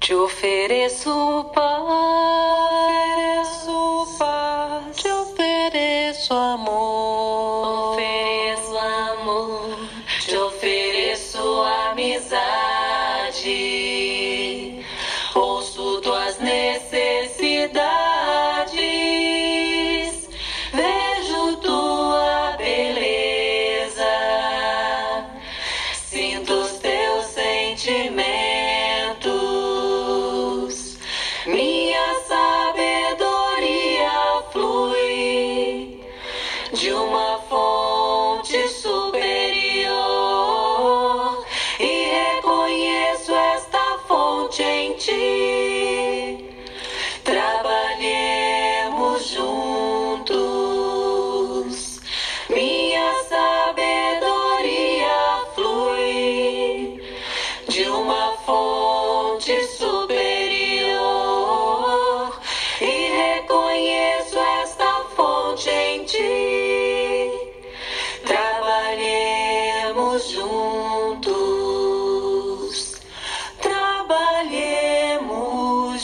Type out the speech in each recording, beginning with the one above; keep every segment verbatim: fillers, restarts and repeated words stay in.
Te ofereço paz, te ofereço amor, ofereço amor, te ofereço amizade, ouço tuas necessidades, vejo tua beleza, sinto os teus sentimentos. Minha sabedoria flui de uma fonte superior e reconheço esta fonte em ti. Trabalhemos juntos. Minha sabedoria flui de uma fonte superior. Reconheço esta fonte em ti. Trabalhemos juntos. Trabalhemos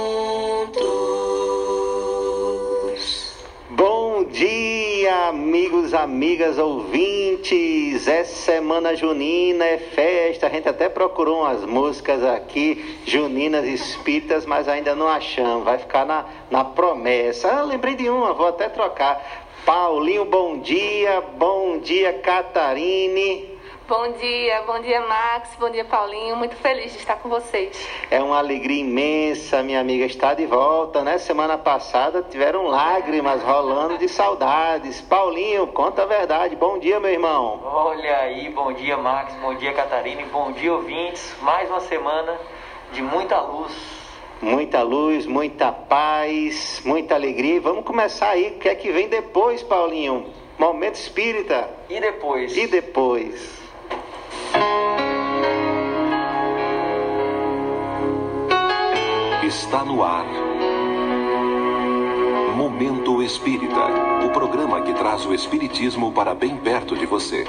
juntos. Bom dia, amigos, amigas, ouvintes. É semana junina, é festa. A gente até procurou umas músicas aqui, juninas espíritas, mas ainda não achamos. Vai ficar na, na promessa. Ah, lembrei de uma, vou até trocar. Paulinho, bom dia. Bom dia, Catarine. Bom dia, bom dia, Max, bom dia, Paulinho. Muito feliz de estar com vocês. É uma alegria imensa, minha amiga, estar de volta, né? Semana passada tiveram lágrimas rolando de saudades. Paulinho, conta a verdade. Bom dia, meu irmão. Olha aí, bom dia, Max, bom dia, Catarina, bom dia, ouvintes. Mais uma semana de muita luz. Muita luz, muita paz, muita alegria. E vamos começar aí. O que é que vem depois, Paulinho? Momento espírita. E depois? E depois? Está no ar Momento Espírita, o programa que traz o espiritismo para bem perto de você.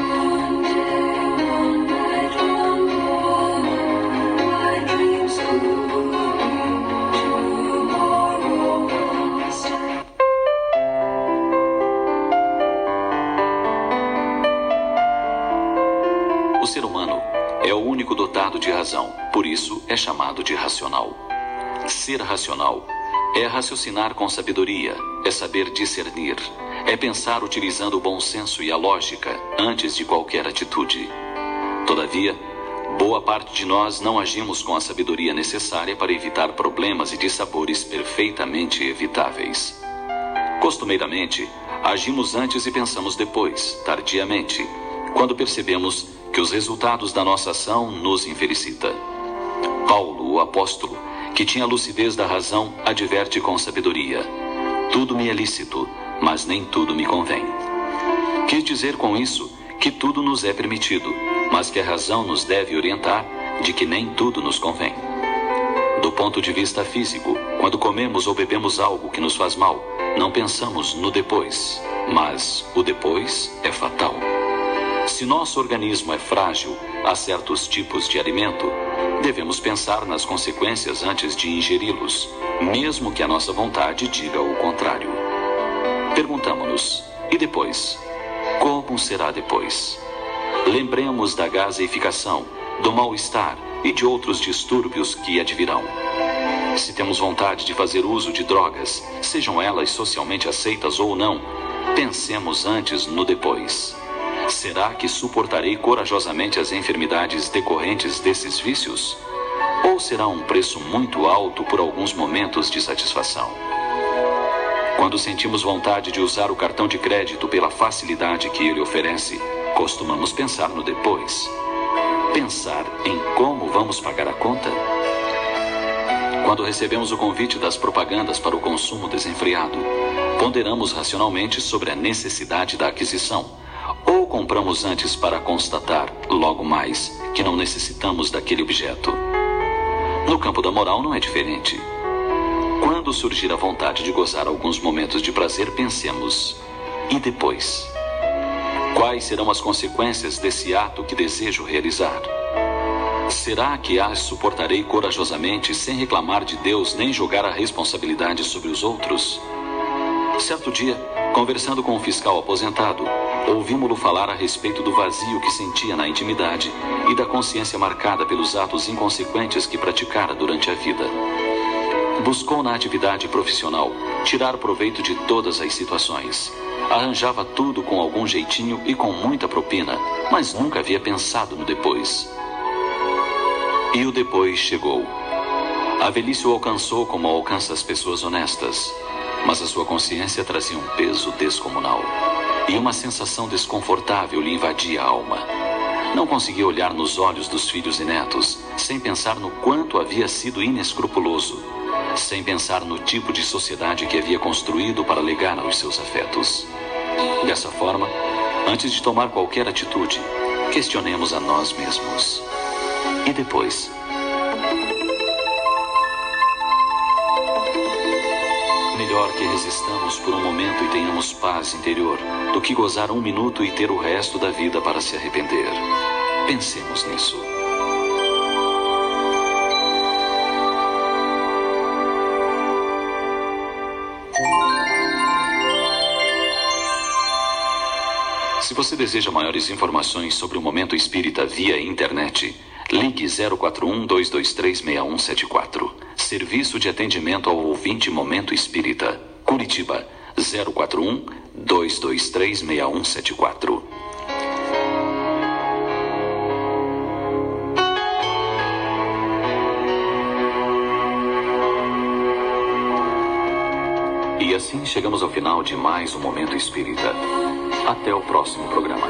O ser humano é o único dotado de razão, por isso é chamado de racional. Ser racional é raciocinar com sabedoria, é saber discernir, é pensar utilizando o bom senso e a lógica antes de qualquer atitude. Todavia, boa parte de nós não agimos com a sabedoria necessária para evitar problemas e dissabores perfeitamente evitáveis. Costumeiramente, agimos antes e pensamos depois, tardiamente, quando percebemos que os resultados da nossa ação nos infelicita. Paulo, o apóstolo, que tinha a lucidez da razão, adverte com sabedoria: tudo me é lícito, mas nem tudo me convém. Quis dizer com isso que tudo nos é permitido, mas que a razão nos deve orientar de que nem tudo nos convém. Do ponto de vista físico, quando comemos ou bebemos algo que nos faz mal, não pensamos no depois, mas o depois é fatal. Se nosso organismo é frágil a certos tipos de alimento, devemos pensar nas consequências antes de ingeri-los, mesmo que a nossa vontade diga o contrário. Perguntamo-nos: e depois? Como será depois? Lembremos da gaseificação, do mal-estar e de outros distúrbios que advirão. Se temos vontade de fazer uso de drogas, sejam elas socialmente aceitas ou não, pensemos antes no depois. Será que suportarei corajosamente as enfermidades decorrentes desses vícios? Ou será um preço muito alto por alguns momentos de satisfação? Quando sentimos vontade de usar o cartão de crédito pela facilidade que ele oferece, costumamos pensar no depois. Pensar em como vamos pagar a conta? Quando recebemos o convite das propagandas para o consumo desenfreado, ponderamos racionalmente sobre a necessidade da aquisição, ou compramos antes para constatar, logo mais, que não necessitamos daquele objeto. No campo da moral não é diferente. Quando surgir a vontade de gozar alguns momentos de prazer, pensemos: e depois? Quais serão as consequências desse ato que desejo realizar? Será que as suportarei corajosamente sem reclamar de Deus nem jogar a responsabilidade sobre os outros? Certo dia, conversando com um fiscal aposentado, ouvimos-lo falar a respeito do vazio que sentia na intimidade e da consciência marcada pelos atos inconsequentes que praticara durante a vida. Buscou na atividade profissional tirar proveito de todas as situações. Arranjava tudo com algum jeitinho e com muita propina, mas nunca havia pensado no depois. E o depois chegou. A velhice o alcançou como alcança as pessoas honestas, mas a sua consciência trazia um peso descomunal e uma sensação desconfortável lhe invadia a alma. Não conseguia olhar nos olhos dos filhos e netos sem pensar no quanto havia sido inescrupuloso, sem pensar no tipo de sociedade que havia construído para legar aos seus afetos. Dessa forma, antes de tomar qualquer atitude, questionemos a nós mesmos. E depois? Melhor que resistamos por um momento e tenhamos paz interior, do que gozar um minuto e ter o resto da vida para se arrepender. Pensemos nisso. Se você deseja maiores informações sobre o Momento Espírita via internet, ligue zero quatro um, dois dois três, seis um sete quatro. Serviço de atendimento ao ouvinte Momento Espírita. Curitiba, zero quatro um, dois dois três, seis um sete quatro. E assim chegamos ao final de mais um Momento Espírita. Até o próximo programa.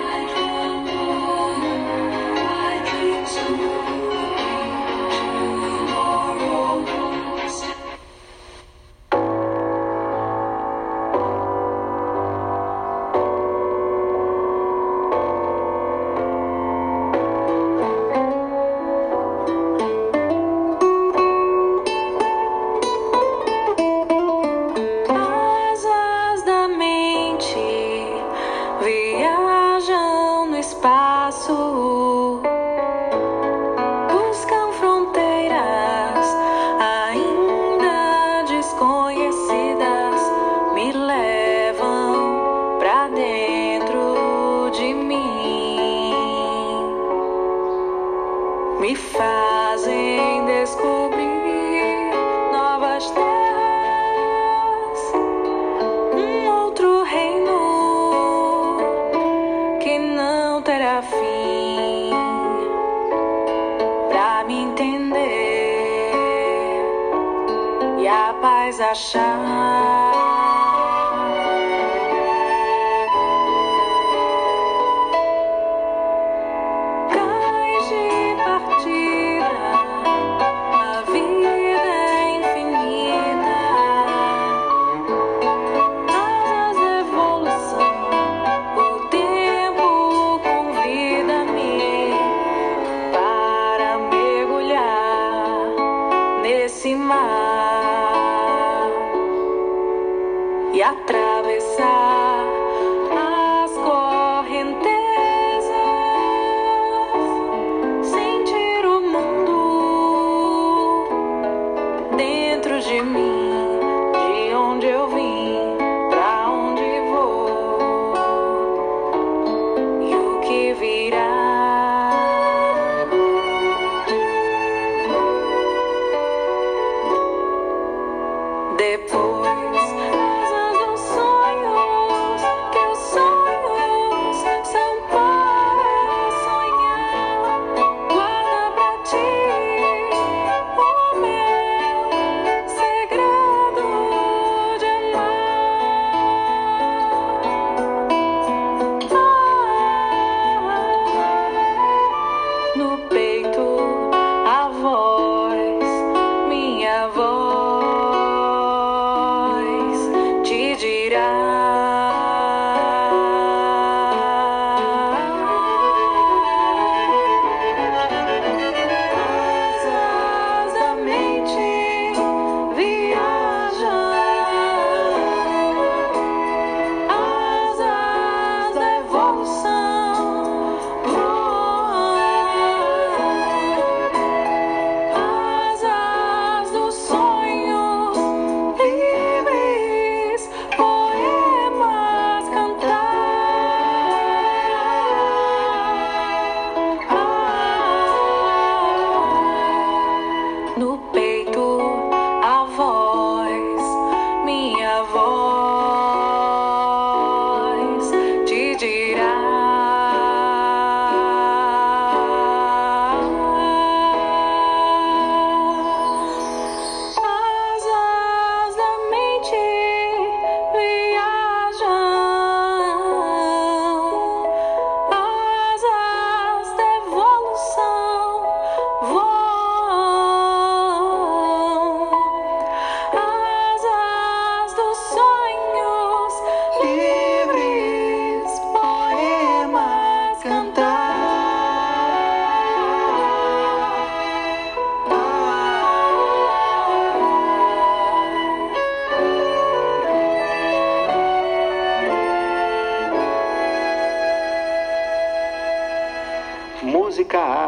Minha voz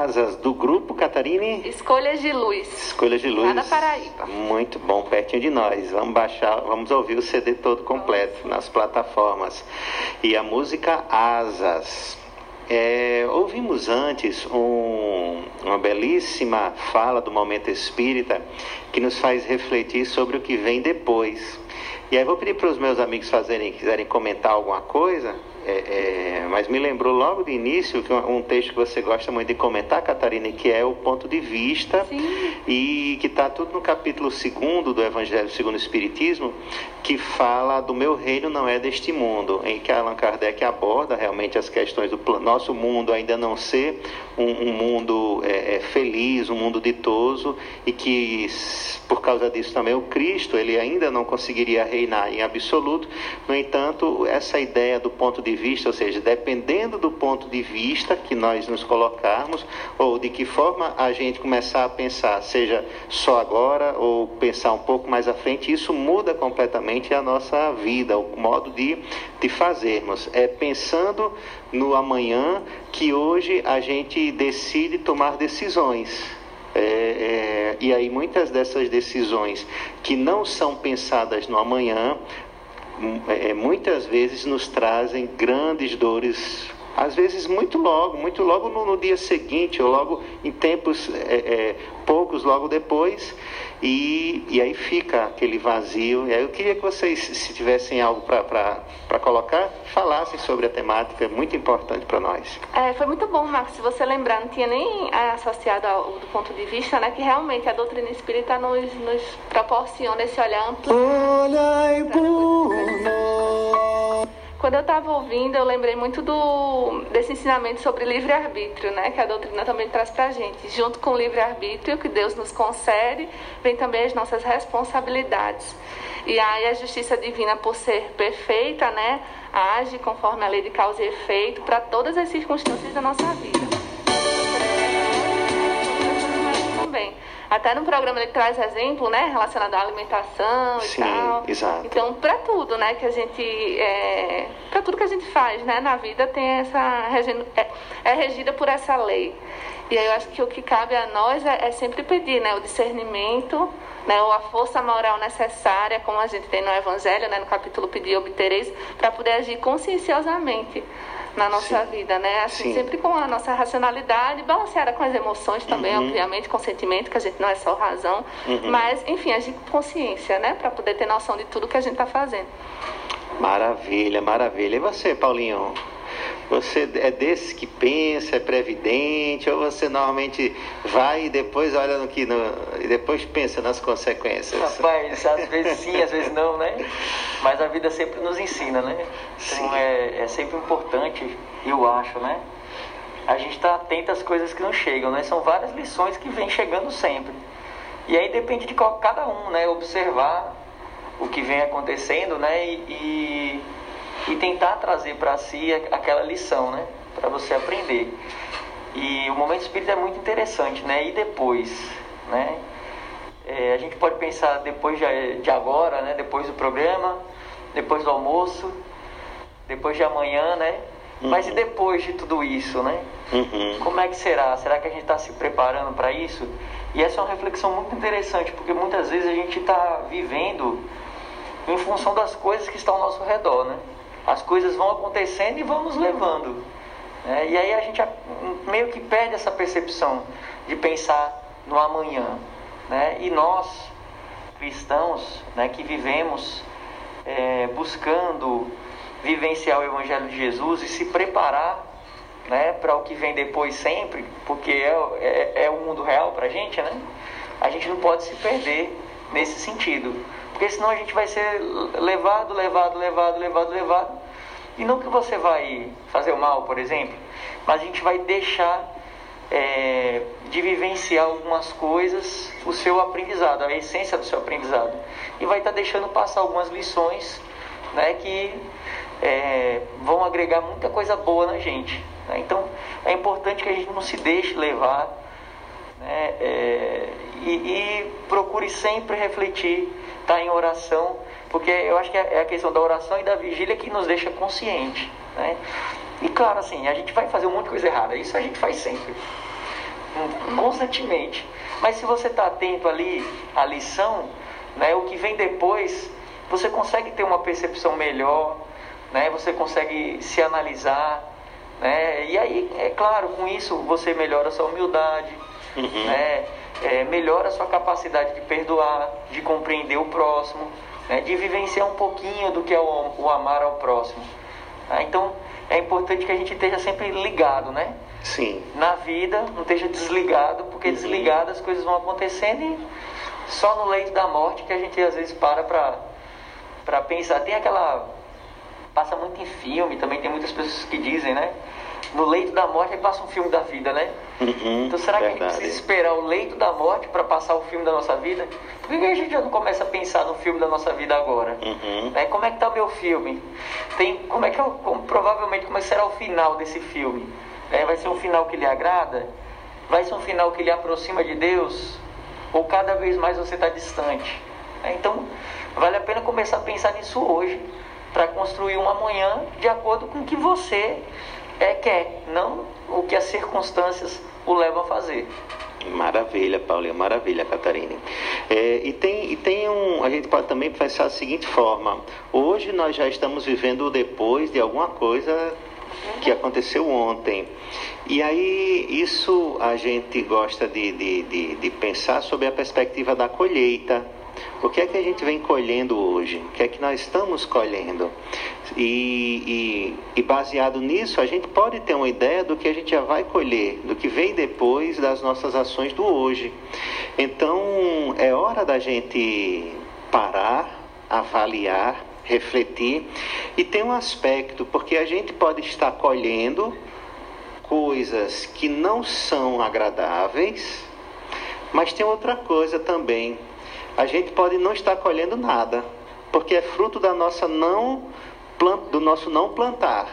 Asas, do grupo Catarine? Escolhas de Luz. Escolhas de Luz. Lá na Paraíba. Muito bom, pertinho de nós. Vamos baixar, vamos ouvir o C D todo completo nas plataformas. E a música Asas. É, ouvimos antes um, uma belíssima fala do Momento Espírita que nos faz refletir sobre o que vem depois. E aí vou pedir para os meus amigos fazerem, quiserem comentar alguma coisa, é, é, mas me lembrou logo de início que um, um texto que você gosta muito de comentar, Catarina, que é o ponto de vista. Sim. E que está tudo no capítulo segundo do Evangelho segundo o Espiritismo, que fala do meu reino não é deste mundo, em que Allan Kardec aborda realmente as questões do nosso mundo ainda não ser um, um mundo é, é, feliz, um mundo ditoso, e que por causa disso também o Cristo ele ainda não conseguiria reinar em absoluto. No entanto, essa ideia do ponto de vista, ou seja, dependendo do ponto de vista que nós nos colocarmos, ou de que forma a gente começar a pensar, seja só agora ou pensar um pouco mais à frente, isso muda completamente a nossa vida, o modo de, de fazermos. É pensando no amanhã que hoje a gente decide tomar decisões. É, é, e aí muitas dessas decisões que não são pensadas no amanhã, é, muitas vezes nos trazem grandes dores, às vezes muito logo, muito logo no, no dia seguinte, ou logo em tempos é, é, poucos logo depois, e, e aí fica aquele vazio. E aí eu queria que vocês, se tivessem algo para colocar, falassem sobre a temática, é muito importante para nós. É, foi muito bom, Marcos, se você lembrar, não tinha nem associado ao do ponto de vista, né, que realmente a doutrina espírita nos, nos proporciona esse olhar amplo. Olhai por nós. Quando eu estava ouvindo, eu lembrei muito do, desse ensinamento sobre livre-arbítrio, né, que a doutrina também traz para a gente. Junto com o livre-arbítrio que Deus nos concede, vem também as nossas responsabilidades. E aí a justiça divina, por ser perfeita, né, age conforme a lei de causa e efeito para todas as circunstâncias da nossa vida. Também. Até no programa ele traz exemplo, né, relacionado à alimentação e Sim, tal. Exato. Então, para tudo, né, que a gente é, para tudo que a gente faz, né, na vida tem essa é, é regida por essa lei. E aí eu acho que o que cabe a nós é, é sempre pedir, né, o discernimento, né, ou a força moral necessária, como a gente tem no Evangelho, né, no capítulo Pedir e Obtereis, para poder agir conscienciosamente na nossa Sim. vida, né? Assim, Sim. sempre com a nossa racionalidade, balanceada com as emoções também, uhum. obviamente, com o sentimento, que a gente não é só razão, uhum. mas, enfim, agir com consciência, né? Para poder ter noção de tudo que a gente está fazendo. Maravilha, maravilha. E você, Paulinho? Você é desse que pensa, é previdente, ou você normalmente vai e depois olha no que no, e depois pensa nas consequências? Rapaz, às vezes sim, às vezes não, né? Mas a vida sempre nos ensina, né? Então é, é sempre importante, eu acho, né? A gente está atento às coisas que não chegam, né? São várias lições que vêm chegando sempre. E aí depende de cada um, né? Observar o que vem acontecendo, né? E... e e tentar trazer para si aquela lição, né, para você aprender. E o momento espírita é muito interessante, né, e depois, né, é, a gente pode pensar depois de, de agora, né, depois do programa, depois do almoço, depois de amanhã, né, uhum. mas e depois de tudo isso, né, uhum. como é que será? Será que a gente está se preparando para isso? E essa é uma reflexão muito interessante, porque muitas vezes a gente está vivendo em função das coisas que estão ao nosso redor, né. As coisas vão acontecendo e vão nos levando. Né? E aí a gente meio que perde essa percepção de pensar no amanhã. Né? E nós, cristãos, né, que vivemos é, buscando vivenciar o Evangelho de Jesus e se preparar, né, para o que vem depois sempre, porque é, é, é o mundo real para a gente, né? A gente não pode se perder nesse sentido. Porque senão a gente vai ser levado, levado, levado, levado, levado. E não que você vai fazer o mal, por exemplo, mas a gente vai deixar é, de vivenciar algumas coisas, o seu aprendizado, a essência do seu aprendizado. E vai estar deixando passar algumas lições, né, que é, vão agregar muita coisa boa na gente. Né? Então é importante que a gente não se deixe levar, né, é, e, e procure sempre refletir, estar em oração, porque eu acho que é a questão da oração e da vigília que nos deixa consciente, né? E claro, assim, a gente vai fazer um monte de coisa errada, isso a gente faz sempre, constantemente. Mas se você está atento ali à lição, né, o que vem depois, você consegue ter uma percepção melhor, né, você consegue se analisar, né, e aí, é claro, com isso você melhora a sua humildade, uhum. né, é, melhora a sua capacidade de perdoar, de compreender o próximo, né, de vivenciar um pouquinho do que é o, o amar ao próximo. Né? Então, é importante que a gente esteja sempre ligado, né? Sim. Na vida, não esteja desligado, porque uhum. desligado as coisas vão acontecendo e só no leito da morte que a gente às vezes para pra, pra pensar. Tem aquela... Passa muito em filme, também tem muitas pessoas que dizem, né? No leito da morte aí passa um filme da vida, né? Uhum, então será verdade. que a gente precisa esperar o leito da morte para passar o filme da nossa vida? Por que a gente já não começa a pensar no filme da nossa vida agora? Uhum. Né? Como é que tá o meu filme? Tem, como é que eu, como, provavelmente como será o final desse filme? É, vai ser um final que lhe agrada? Vai ser um final que lhe aproxima de Deus? Ou cada vez mais você está distante? É, então vale a pena começar a pensar nisso hoje, para construir um amanhã de acordo com o que você é, quer, não o que as circunstâncias o levam a fazer. Maravilha, Paulinho, maravilha, Catarine. É, e tem, e tem um, a gente pode também pensar da seguinte forma: hoje nós já estamos vivendo o depois de alguma coisa que aconteceu ontem. E aí isso a gente gosta de, de, de, de pensar sobre a perspectiva da colheita. O que é que a gente vem colhendo hoje? O que é que nós estamos colhendo? E, e, e baseado nisso, a gente pode ter uma ideia do que a gente já vai colher, do que vem depois das nossas ações do hoje. Então, é hora da gente parar, avaliar, refletir. E tem um aspecto, porque a gente pode estar colhendo coisas que não são agradáveis, mas tem outra coisa também. A gente pode não estar colhendo nada, porque é fruto da nossa não, do nosso não plantar.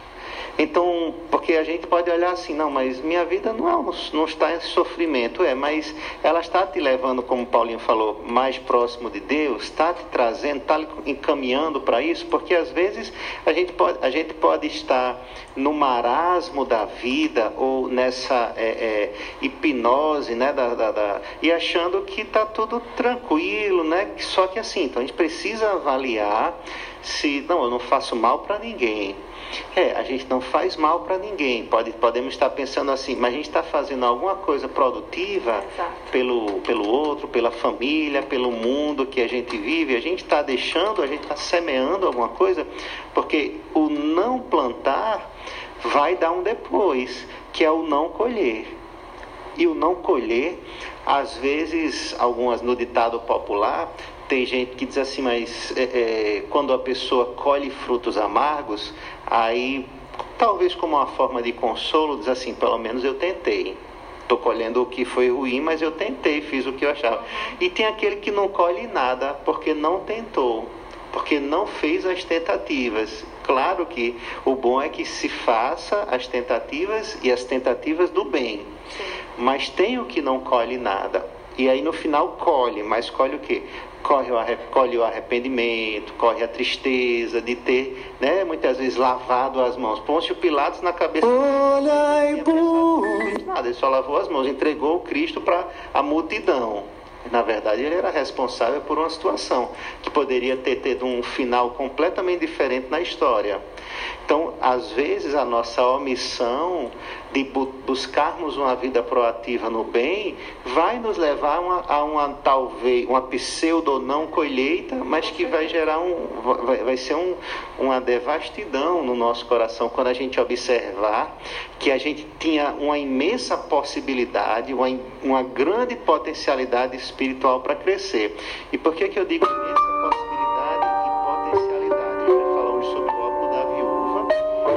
Então, porque a gente pode olhar assim, não, mas minha vida não, é, não está em sofrimento, é, mas ela está te levando, como o Paulinho falou, mais próximo de Deus, está te trazendo, está encaminhando para isso, porque às vezes a gente pode, a gente pode estar no marasmo da vida, ou nessa é, é, hipnose, né, da, da, da, e achando que está tudo tranquilo, né, só que assim, então a gente precisa avaliar se, não, eu não faço mal para ninguém. É, a gente não faz mal para ninguém. Pode, podemos estar pensando assim, mas a gente está fazendo alguma coisa produtiva pelo, pelo outro, pela família, pelo mundo que a gente vive. A gente está deixando, a gente está semeando alguma coisa, porque o não plantar vai dar um depois, que é o não colher. E o não colher, às vezes, algumas no ditado popular, tem gente que diz assim, mas é, é, quando a pessoa colhe frutos amargos, aí, talvez como uma forma de consolo, diz assim, pelo menos eu tentei. Estou colhendo o que foi ruim, mas eu tentei, fiz o que eu achava. E tem aquele que não colhe nada, porque não tentou, porque não fez as tentativas. Claro que o bom é que se faça as tentativas e as tentativas do bem. Mas tem o que não colhe nada. E aí no final colhe, mas colhe o quê? Colhe o, arre... colhe o arrependimento, colhe a tristeza de ter, né, muitas vezes lavado as mãos. Pôncio Pilatos na cabeça. Olha, ele não fez nada, ele só lavou as mãos, entregou o Cristo para a multidão. Na verdade, ele era responsável por uma situação que poderia ter tido um final completamente diferente na história. Então, às vezes, a nossa omissão de bu- buscarmos uma vida proativa no bem vai nos levar uma, a uma, talvez, uma pseudo não colheita, mas que vai gerar um, vai, vai ser um, uma devastidão no nosso coração quando a gente observar que a gente tinha uma imensa possibilidade, uma, uma grande potencialidade espiritual para crescer. E por que que eu digo imensa possibilidade e potencialidade? A gente vai falar hoje sobre o óbito da viúva.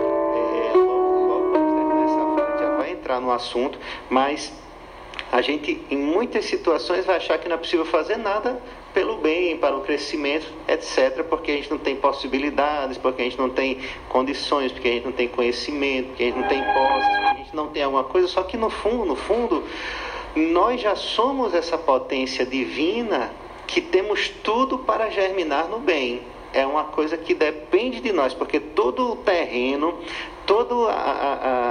É, logo, logo quando terminar essa fala, a gente já vai entrar no assunto, mas a gente, em muitas situações, vai achar que não é possível fazer nada pelo bem, para o crescimento, etcétera, porque a gente não tem possibilidades, porque a gente não tem condições, porque a gente não tem conhecimento, porque a gente não tem posses, porque a gente não tem alguma coisa, só que no fundo, no fundo, nós já somos essa potência divina que temos tudo para germinar no bem. É uma coisa que depende de nós, porque todo o terreno, todo a, a, a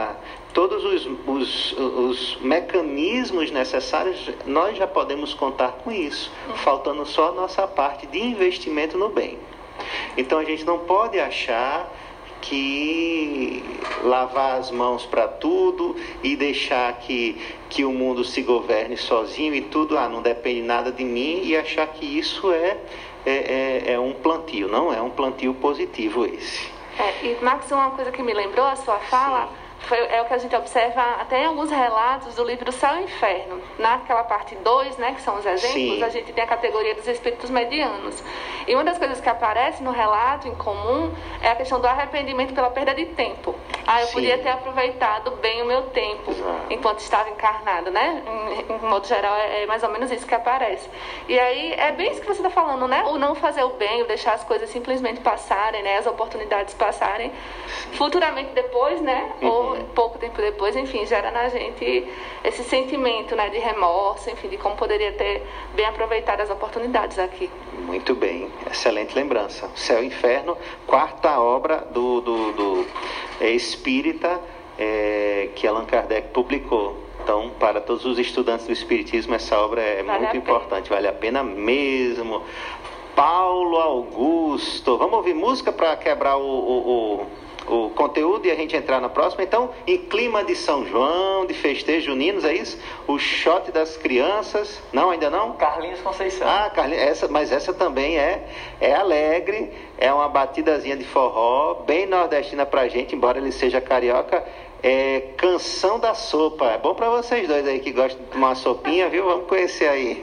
todos os, os, os mecanismos necessários, nós já podemos contar com isso, faltando só a nossa parte de investimento no bem. Então a gente não pode achar que lavar as mãos para tudo e deixar que, que o mundo se governe sozinho e tudo, ah, não depende nada de mim, e achar que isso é, é, é, é um plantio. Não é um plantio positivo esse. É, e Max, uma coisa que me lembrou a sua fala... Sim. Foi, é o que a gente observa até em alguns relatos do livro Céu e Inferno. Naquela parte dois, né, que são os exemplos, Sim. a gente tem a categoria dos espíritos medianos. E uma das coisas que aparece no relato em comum é a questão do arrependimento pela perda de tempo. Ah, eu Sim. podia ter aproveitado bem o meu tempo Exato. enquanto estava encarnado, né? Em, em modo geral, é, é mais ou menos isso que aparece. E aí, é bem isso que você está falando, né? O não fazer o bem, o deixar as coisas simplesmente passarem, né? As oportunidades passarem. Futuramente depois, né? Uhum. Ou pouco tempo depois, enfim, gera na gente esse sentimento, né, de remorso, enfim, de como poderia ter bem aproveitado as oportunidades aqui. Muito bem, excelente lembrança. Céu e Inferno, quarta obra do, do, do é, espírita é, que Allan Kardec publicou. Então, para todos os estudantes do Espiritismo, essa obra é vale muito importante, vale a pena mesmo. Paulo Augusto, vamos ouvir música para quebrar o... o, o... o conteúdo e a gente entrar na próxima. Então, em clima de São João, de festejos juninos, é isso? O shot das crianças. Não, ainda não? Carlinhos Conceição. Ah, Carlinhos, essa, mas essa também é, é alegre, é uma batidazinha de forró, bem nordestina pra gente, embora ele seja carioca. É Canção da Sopa. É bom pra vocês dois aí que gostam de tomar uma sopinha, viu? Vamos conhecer aí.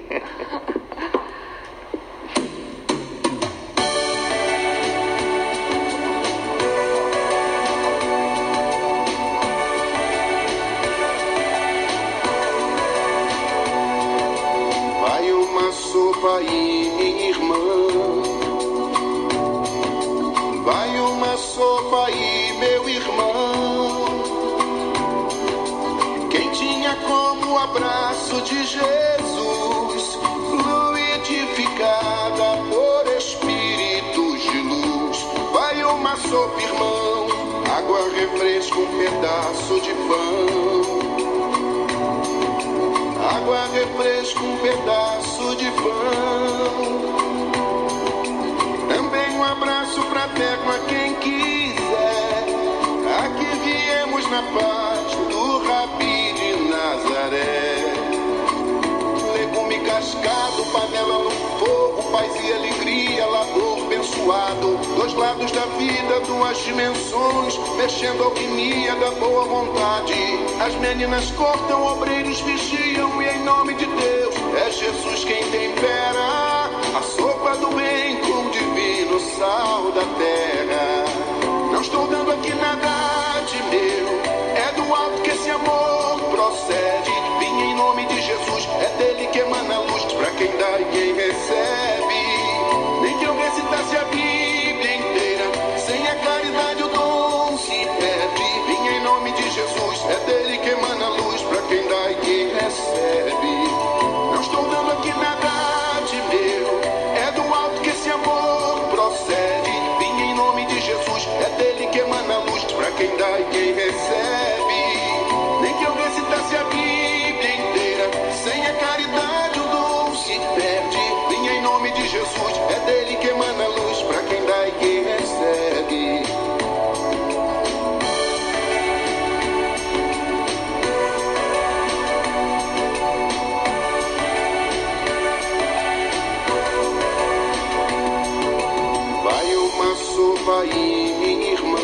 Sopa aí, minha irmã, vai uma sopa aí, meu irmão. Quem tinha como o abraço de Jesus, fluidificada por espíritos de luz. Vai uma sopa, irmão, água, refresco, um pedaço de pão. Água, refresco, um pedaço de pão. Também um abraço fraterno a quem quiser. Aqui viemos na paz do Rabi de Nazaré. Legume cascado, panela no fogo, paz e alegria, labor abençoado. Dois lados da vida, duas dimensões, mexendo a alquimia da boa vontade. As meninas cortam, obreiros vigiam, e em nome de Deus é Jesus quem tempera a sopa do bem com o divino sal da terra. Não estou dando aqui nada de meu, é do alto que esse amor procede. Vim em nome de Jesus, é dele que emana a luz pra quem dá e quem recebe. Nem que eu recitasse a Bíblia inteira, sem a caridade o dom se perde. Vim em nome de Jesus, é dele que emana a luz pra quem dá e quem recebe. Não estou dando aqui nada de meu, é do alto que esse amor procede. Vim em nome de Jesus, é dele que emana a luz pra quem dá e quem recebe. Nem que eu recitasse a Bíblia inteira, sem a caridade o dom se perde. Vim em nome de Jesus, é dele que emana a luz pra quem dá e quem recebe. Vai uma sopa aí, minha irmã,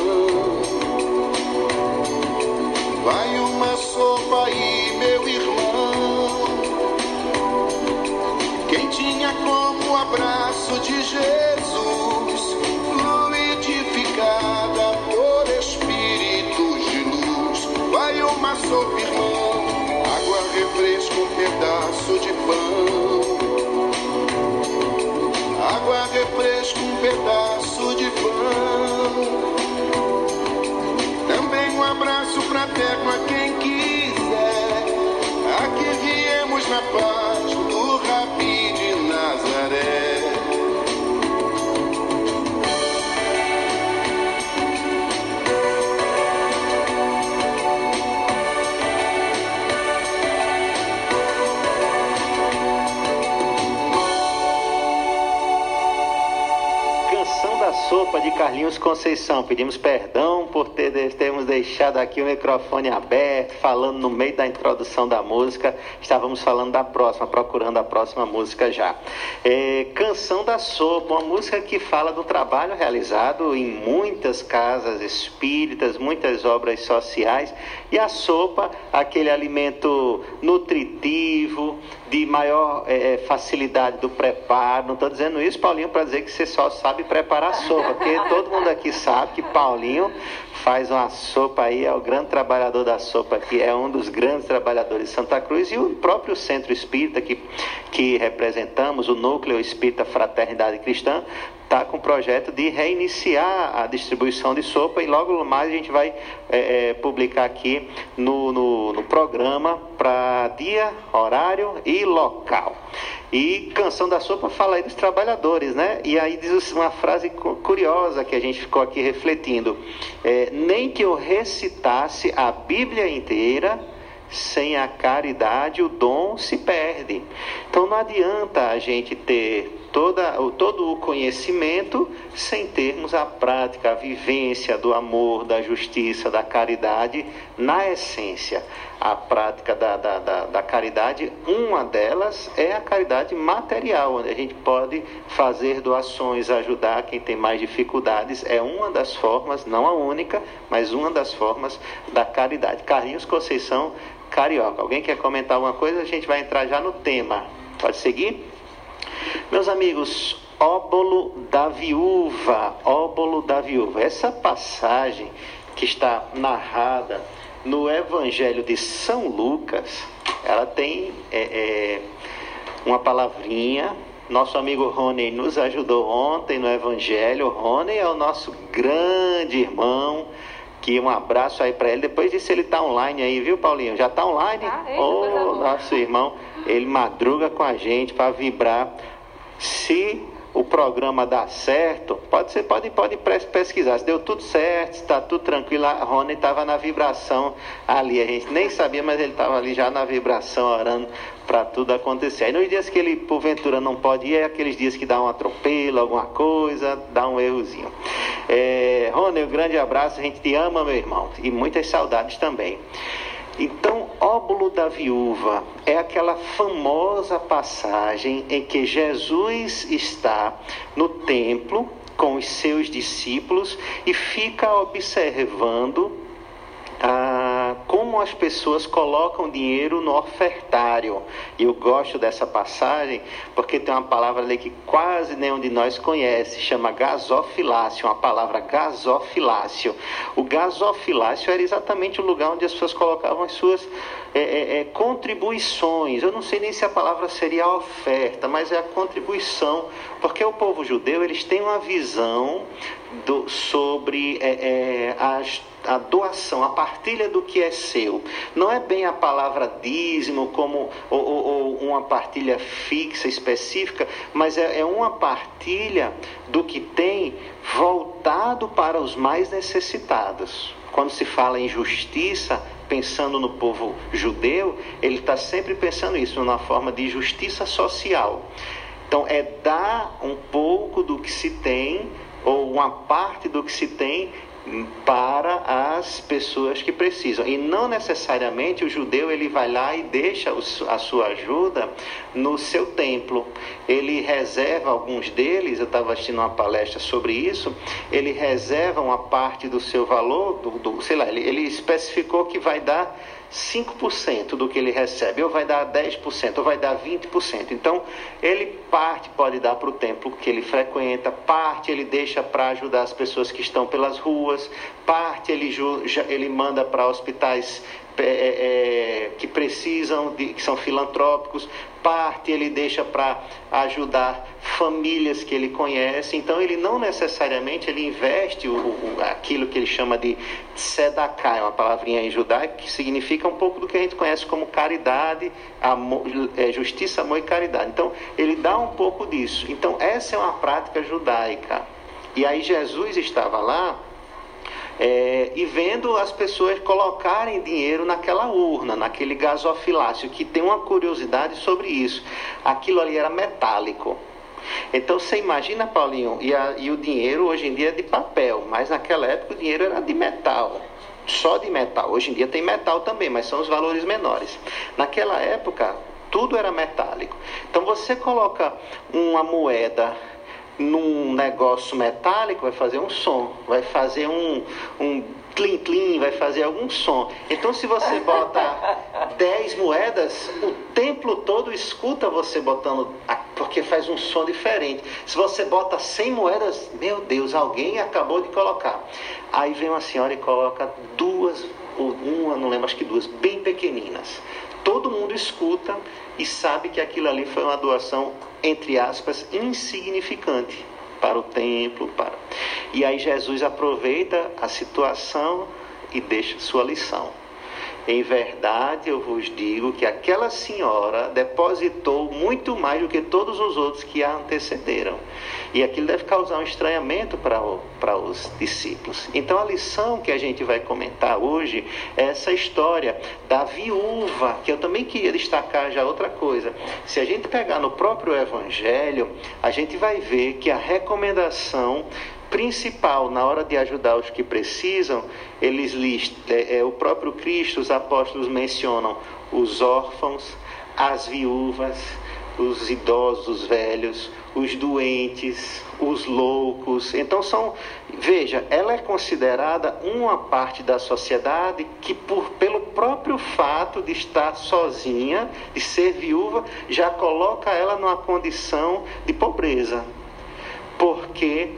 vai uma sopa aí, meu irmão. Quem tinha como o abraço de Jesus, fluidificada por espíritos de luz. Vai uma sopa, irmão, água, refresco, um pedaço de pão. Água, refresco, um pedaço de pão. Também um abraço fraterno a quem quiser. Aqui viemos na paz do Rabi de Nazaré. Sopa de Carlinhos Conceição. Pedimos perdão por ter, termos deixado aqui o microfone aberto, falando no meio da introdução da música. Estávamos falando da próxima, procurando a próxima música já. É, Canção da Sopa, uma música que fala do trabalho realizado em muitas casas espíritas, muitas obras sociais. E a sopa, aquele alimento nutritivo, de maior é, facilidade do preparo. Não estou dizendo isso, Paulinho, para dizer que você só sabe preparar sopa, porque todo mundo aqui sabe que Paulinho faz uma sopa aí, é o grande trabalhador da sopa aqui, é um dos grandes trabalhadores de Santa Cruz, e o próprio Centro Espírita que, que representamos, o Núcleo Espírita Fraternidade Cristã, está com o projeto de reiniciar a distribuição de sopa, e logo mais a gente vai é, é, publicar aqui no, no, no programa para dia, horário e local. E Canção da Sopa fala aí dos trabalhadores, né? E aí diz uma frase curiosa que a gente ficou aqui refletindo. É, nem que eu recitasse a Bíblia inteira, sem a caridade o dom se perde. Então não adianta a gente ter toda, todo o conhecimento sem termos a prática, a vivência do amor, da justiça, da caridade na essência. A prática da, da, da, da caridade, uma delas é a caridade material, onde a gente pode fazer doações, ajudar quem tem mais dificuldades. É uma das formas, não a única, mas uma das formas da caridade. Carlinhos Conceição, Carioca. Alguém quer comentar alguma coisa? A gente vai entrar já no tema. Pode seguir? Meus amigos, óbolo da viúva, óbolo da viúva. Essa passagem que está narrada no Evangelho de São Lucas, ela tem é, é, uma palavrinha. Nosso amigo Rony nos ajudou ontem no Evangelho. Rony é o nosso grande irmão, que um abraço aí para ele. Depois disso ele está online aí, viu, Paulinho? Já está online? Ah, é, oh, nosso irmão, ele madruga com a gente para vibrar. Se o programa dá certo, pode ser, pode, pode pesquisar. Se deu tudo certo, se está tudo tranquilo. A Rony estava na vibração ali. A gente nem sabia, mas ele estava ali já na vibração, orando para tudo acontecer. Aí nos dias que ele, porventura, não pode ir, é aqueles dias que dá um atropelo, alguma coisa, dá um errozinho. É, Rony, um grande abraço. A gente te ama, meu irmão. E muitas saudades também. Então, óbolo da viúva é aquela famosa passagem em que Jesus está no templo com os seus discípulos e fica observando ah, como as pessoas colocam dinheiro no ofertário. E eu gosto dessa passagem porque tem uma palavra ali que quase nenhum de nós conhece, chama gasofilácio, uma palavra gasofilácio. O gasofilácio era exatamente o lugar onde as pessoas colocavam as suas é, é, é, contribuições. Eu não sei nem se a palavra seria a oferta, mas é a contribuição, porque o povo judeu, eles têm uma visão do, sobre é, é, as a doação, a partilha do que é seu. Não é bem a palavra dízimo como ou, ou, ou uma partilha fixa, específica, mas é, é uma partilha do que tem voltado para os mais necessitados. Quando se fala em justiça, pensando no povo judeu, ele está sempre pensando isso, numa forma de justiça social. Então é dar um pouco do que se tem, ou uma parte do que se tem, para as pessoas que precisam. E não necessariamente o judeu ele vai lá e deixa a sua ajuda no seu templo. Ele reserva, alguns deles, eu estava assistindo uma palestra sobre isso, ele reserva uma parte do seu valor, do, do, sei lá, ele, ele especificou que vai dar cinco por cento do que ele recebe, ou vai dar dez por cento, ou vai dar vinte por cento. Então, ele parte pode dar para o templo que ele frequenta, parte ele deixa para ajudar as pessoas que estão pelas ruas, parte ele, ele manda para hospitais é, é, que precisam, de, que são filantrópicos, parte ele deixa para ajudar famílias que ele conhece. Então ele não necessariamente ele investe o, o, aquilo que ele chama de tzedakah, é uma palavrinha em judaico que significa um pouco do que a gente conhece como caridade, amor, é, justiça, amor e caridade. Então ele dá um pouco disso. Então essa é uma prática judaica. E aí Jesus estava lá É, e vendo as pessoas colocarem dinheiro naquela urna, naquele gasofilácio, que tem uma curiosidade sobre isso. Aquilo ali era metálico. Então você imagina, Paulinho, e, a, e o dinheiro hoje em dia é de papel, mas naquela época o dinheiro era de metal, só de metal. Hoje em dia tem metal também, mas são os valores menores. Naquela época tudo era metálico. Então você coloca uma moeda num negócio metálico, vai fazer um som, vai fazer um, um clim clim, vai fazer algum som. Então se você bota dez moedas, o templo todo escuta você botando, porque faz um som diferente. Se você bota cem moedas, meu Deus, alguém acabou de colocar. Aí vem uma senhora e coloca duas, ou uma, não lembro, acho que duas, bem pequeninas. Todo mundo escuta e sabe que aquilo ali foi uma doação, entre aspas, insignificante para o templo. Para... E aí Jesus aproveita a situação e deixa sua lição. Em verdade, eu vos digo que aquela senhora depositou muito mais do que todos os outros que a antecederam. E aquilo deve causar um estranhamento para, o, para os discípulos. Então, a lição que a gente vai comentar hoje é essa história da viúva, que eu também queria destacar já outra coisa. Se a gente pegar no próprio Evangelho, a gente vai ver que a recomendação principal na hora de ajudar os que precisam, eles listam, é, é, o próprio Cristo, os apóstolos mencionam os órfãos, as viúvas, os idosos, os velhos, os doentes, os loucos. Então são, veja, ela é considerada uma parte da sociedade que por, pelo próprio fato de estar sozinha, de ser viúva, já coloca ela numa condição de pobreza. Porque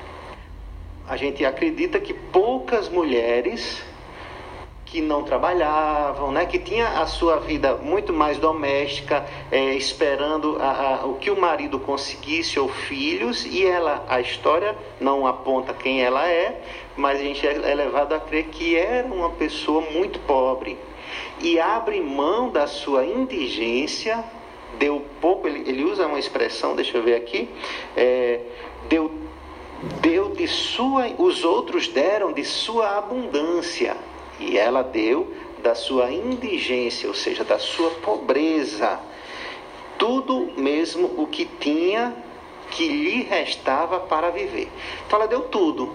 a gente acredita que poucas mulheres que não trabalhavam, né, que tinha a sua vida muito mais doméstica, é, esperando a, a, o que o marido conseguisse ou filhos, e ela, a história não aponta quem ela é, mas a gente é levado a crer que era uma pessoa muito pobre e abre mão da sua indigência, deu pouco, ele, ele usa uma expressão, deixa eu ver aqui, é, deu deu de sua, os outros deram de sua abundância, e ela deu da sua indigência, ou seja, da sua pobreza, tudo mesmo o que tinha, que lhe restava para viver. Então ela deu tudo,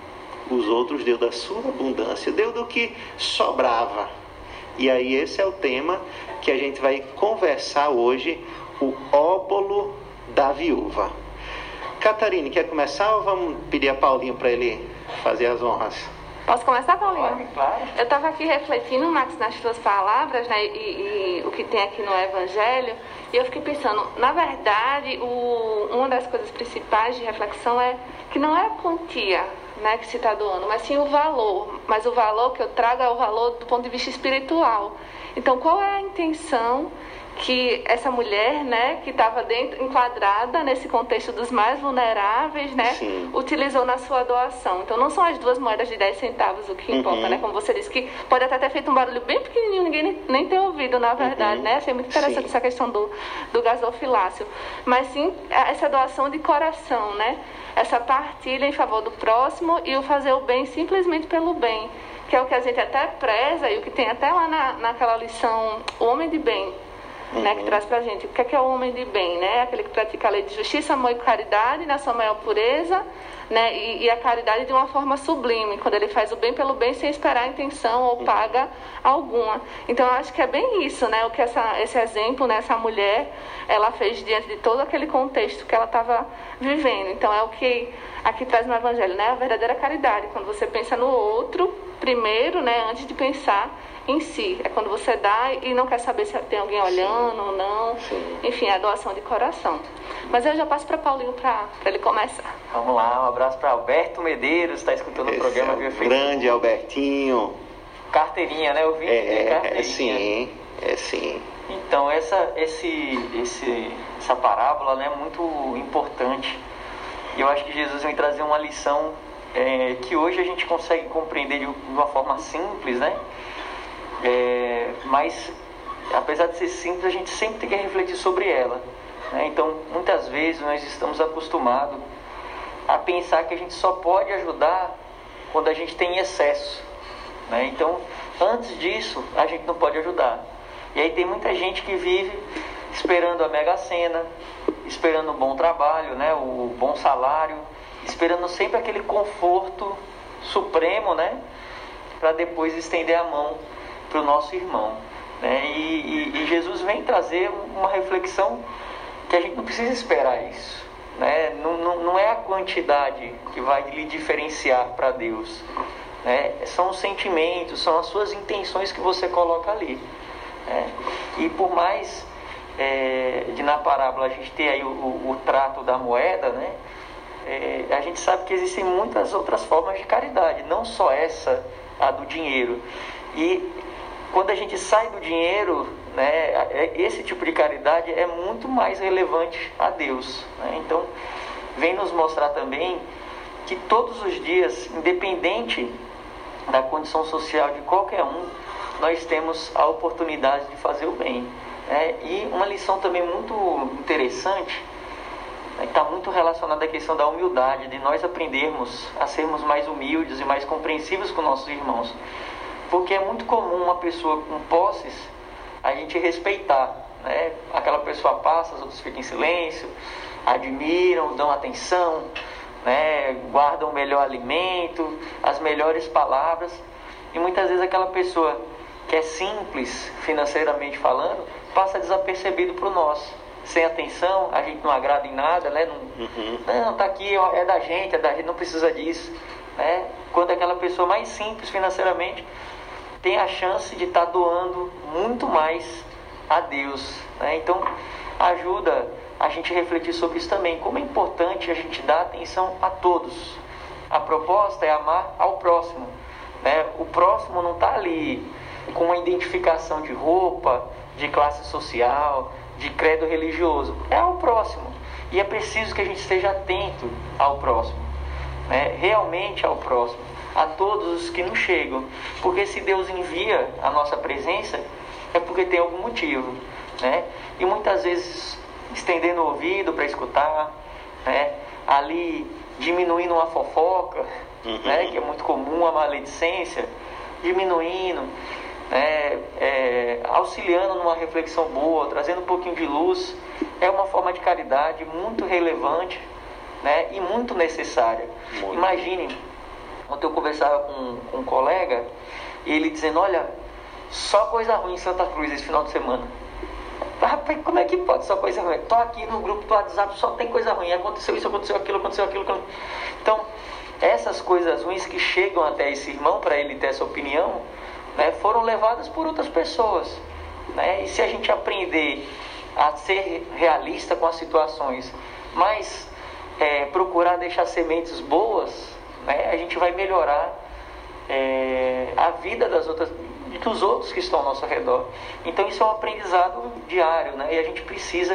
os outros deu da sua abundância, deu do que sobrava. E aí esse é o tema que a gente vai conversar hoje, o óbolo da viúva. Catarine, quer começar ou vamos pedir a Paulinho para ele fazer as honras? Posso começar, Paulinho? Claro, claro. Eu estava aqui refletindo, Max, nas tuas palavras, né, e, e o que tem aqui no Evangelho, e eu fiquei pensando, na verdade, o, uma das coisas principais de reflexão é que não é a quantia, né, que se está doando, mas sim o valor. Mas o valor que eu trago é o valor do ponto de vista espiritual. Então, qual é a intenção que essa mulher, né, que estava dentro, enquadrada nesse contexto dos mais vulneráveis, né, Sim. utilizou na sua doação? Então não são as duas moedas de dez centavos o que importa, Uhum. né, como você disse, que pode até ter feito um barulho bem pequenininho, ninguém nem, nem ter ouvido, na verdade, Uhum. né, achei muito interessante Sim. essa questão do, do gasofilácio, mas sim essa doação de coração, né, essa partilha em favor do próximo e o fazer o bem simplesmente pelo bem, que é o que a gente até preza e o que tem até lá na, naquela lição, o homem de bem, né, que traz pra gente o que é, que é o homem de bem, né? Aquele que pratica a lei de justiça, amor e caridade na sua maior pureza, né? E, e a caridade de uma forma sublime, quando ele faz o bem pelo bem sem esperar intenção ou paga alguma. Então eu acho que é bem isso, né? O que essa, esse exemplo, né? Essa mulher, ela fez diante de todo aquele contexto que ela estava vivendo. Então é o que aqui traz no Evangelho, né? A verdadeira caridade, quando você pensa no outro primeiro, né? Antes de pensar em si. É quando você dá e não quer saber se tem alguém olhando ou não. Sim. Enfim, é a doação de coração. Mas eu já passo para Paulinho para ele começar. Vamos lá, um abraço para Alberto Medeiros, está escutando Esse o programa é via o Facebook. grande Albertinho. Carteirinha, né? Eu vi É, é, carteirinha. é sim, é sim. Então, essa, esse, esse, essa parábola, né, é muito importante. E eu acho que Jesus vem trazer uma lição é, que hoje a gente consegue compreender de uma forma simples, né? É, mas, apesar de ser simples, a gente sempre tem que refletir sobre ela, né? Então, muitas vezes nós estamos acostumados a pensar que a gente só pode ajudar quando a gente tem excesso, né? Então, antes disso, a gente não pode ajudar. E aí tem muita gente que vive esperando a Mega Sena, esperando um bom trabalho, né? O bom salário, esperando sempre aquele conforto supremo, né? Para depois estender a mão para o nosso irmão, né? E, e, e Jesus vem trazer uma reflexão que a gente não precisa esperar isso, né? Não, não, não é a quantidade que vai lhe diferenciar para Deus, né? São os sentimentos, são as suas intenções que você coloca ali, né? E por mais é, de na parábola a gente ter aí o, o, o trato da moeda, né? É, a gente sabe que existem muitas outras formas de caridade, não só essa, a do dinheiro. E quando a gente sai do dinheiro, né, esse tipo de caridade é muito mais relevante a Deus, né? Então vem nos mostrar também que todos os dias, independente da condição social de qualquer um, nós temos a oportunidade de fazer o bem, né? E uma lição também muito interessante está muito relacionada à questão da humildade, de nós aprendermos a sermos mais humildes e mais compreensivos com nossos irmãos. Porque é muito comum uma pessoa com posses a gente respeitar, né? Aquela pessoa passa, os outros ficam em silêncio, admiram, dão atenção, né? Guardam o melhor alimento, as melhores palavras. E muitas vezes aquela pessoa que é simples financeiramente falando passa desapercebido para o nosso. Sem atenção, a gente não agrada em nada, né? Não, uhum. não, tá aqui, é da gente, é da gente, não precisa disso, né? Quando aquela pessoa mais simples financeiramente tem a chance de estar tá doando muito mais a Deus, né? Então ajuda a gente refletir sobre isso também, como é importante a gente dar atenção a todos. A proposta é amar ao próximo, né? O próximo não está ali com uma identificação de roupa, de classe social, de credo religioso, é ao próximo, e é preciso que a gente esteja atento ao próximo, né? Realmente ao próximo, a todos os que nos chegam, porque se Deus envia a nossa presença é porque tem algum motivo, né? E muitas vezes estendendo o ouvido para escutar, né? Ali diminuindo uma fofoca, uhum. né? Que é muito comum, a maledicência, diminuindo, É, é, auxiliando numa reflexão boa, trazendo um pouquinho de luz, é uma forma de caridade muito relevante, né, e muito necessária. Muito. Imagine, ontem eu conversava com, com um colega, e ele dizendo, olha, só coisa ruim em Santa Cruz esse final de semana. Rapaz, como é que pode só coisa ruim? Estou aqui no grupo do WhatsApp, só tem coisa ruim, aconteceu isso, aconteceu aquilo, aconteceu aquilo, aquilo. Então, essas coisas ruins que chegam até esse irmão, para ele ter essa opinião, né, foram levadas por outras pessoas, né? E se a gente aprender a ser realista com as situações, mas é, procurar deixar sementes boas, né, a gente vai melhorar é, a vida das outras, dos outros que estão ao nosso redor. Então isso é um aprendizado diário, né? E a gente precisa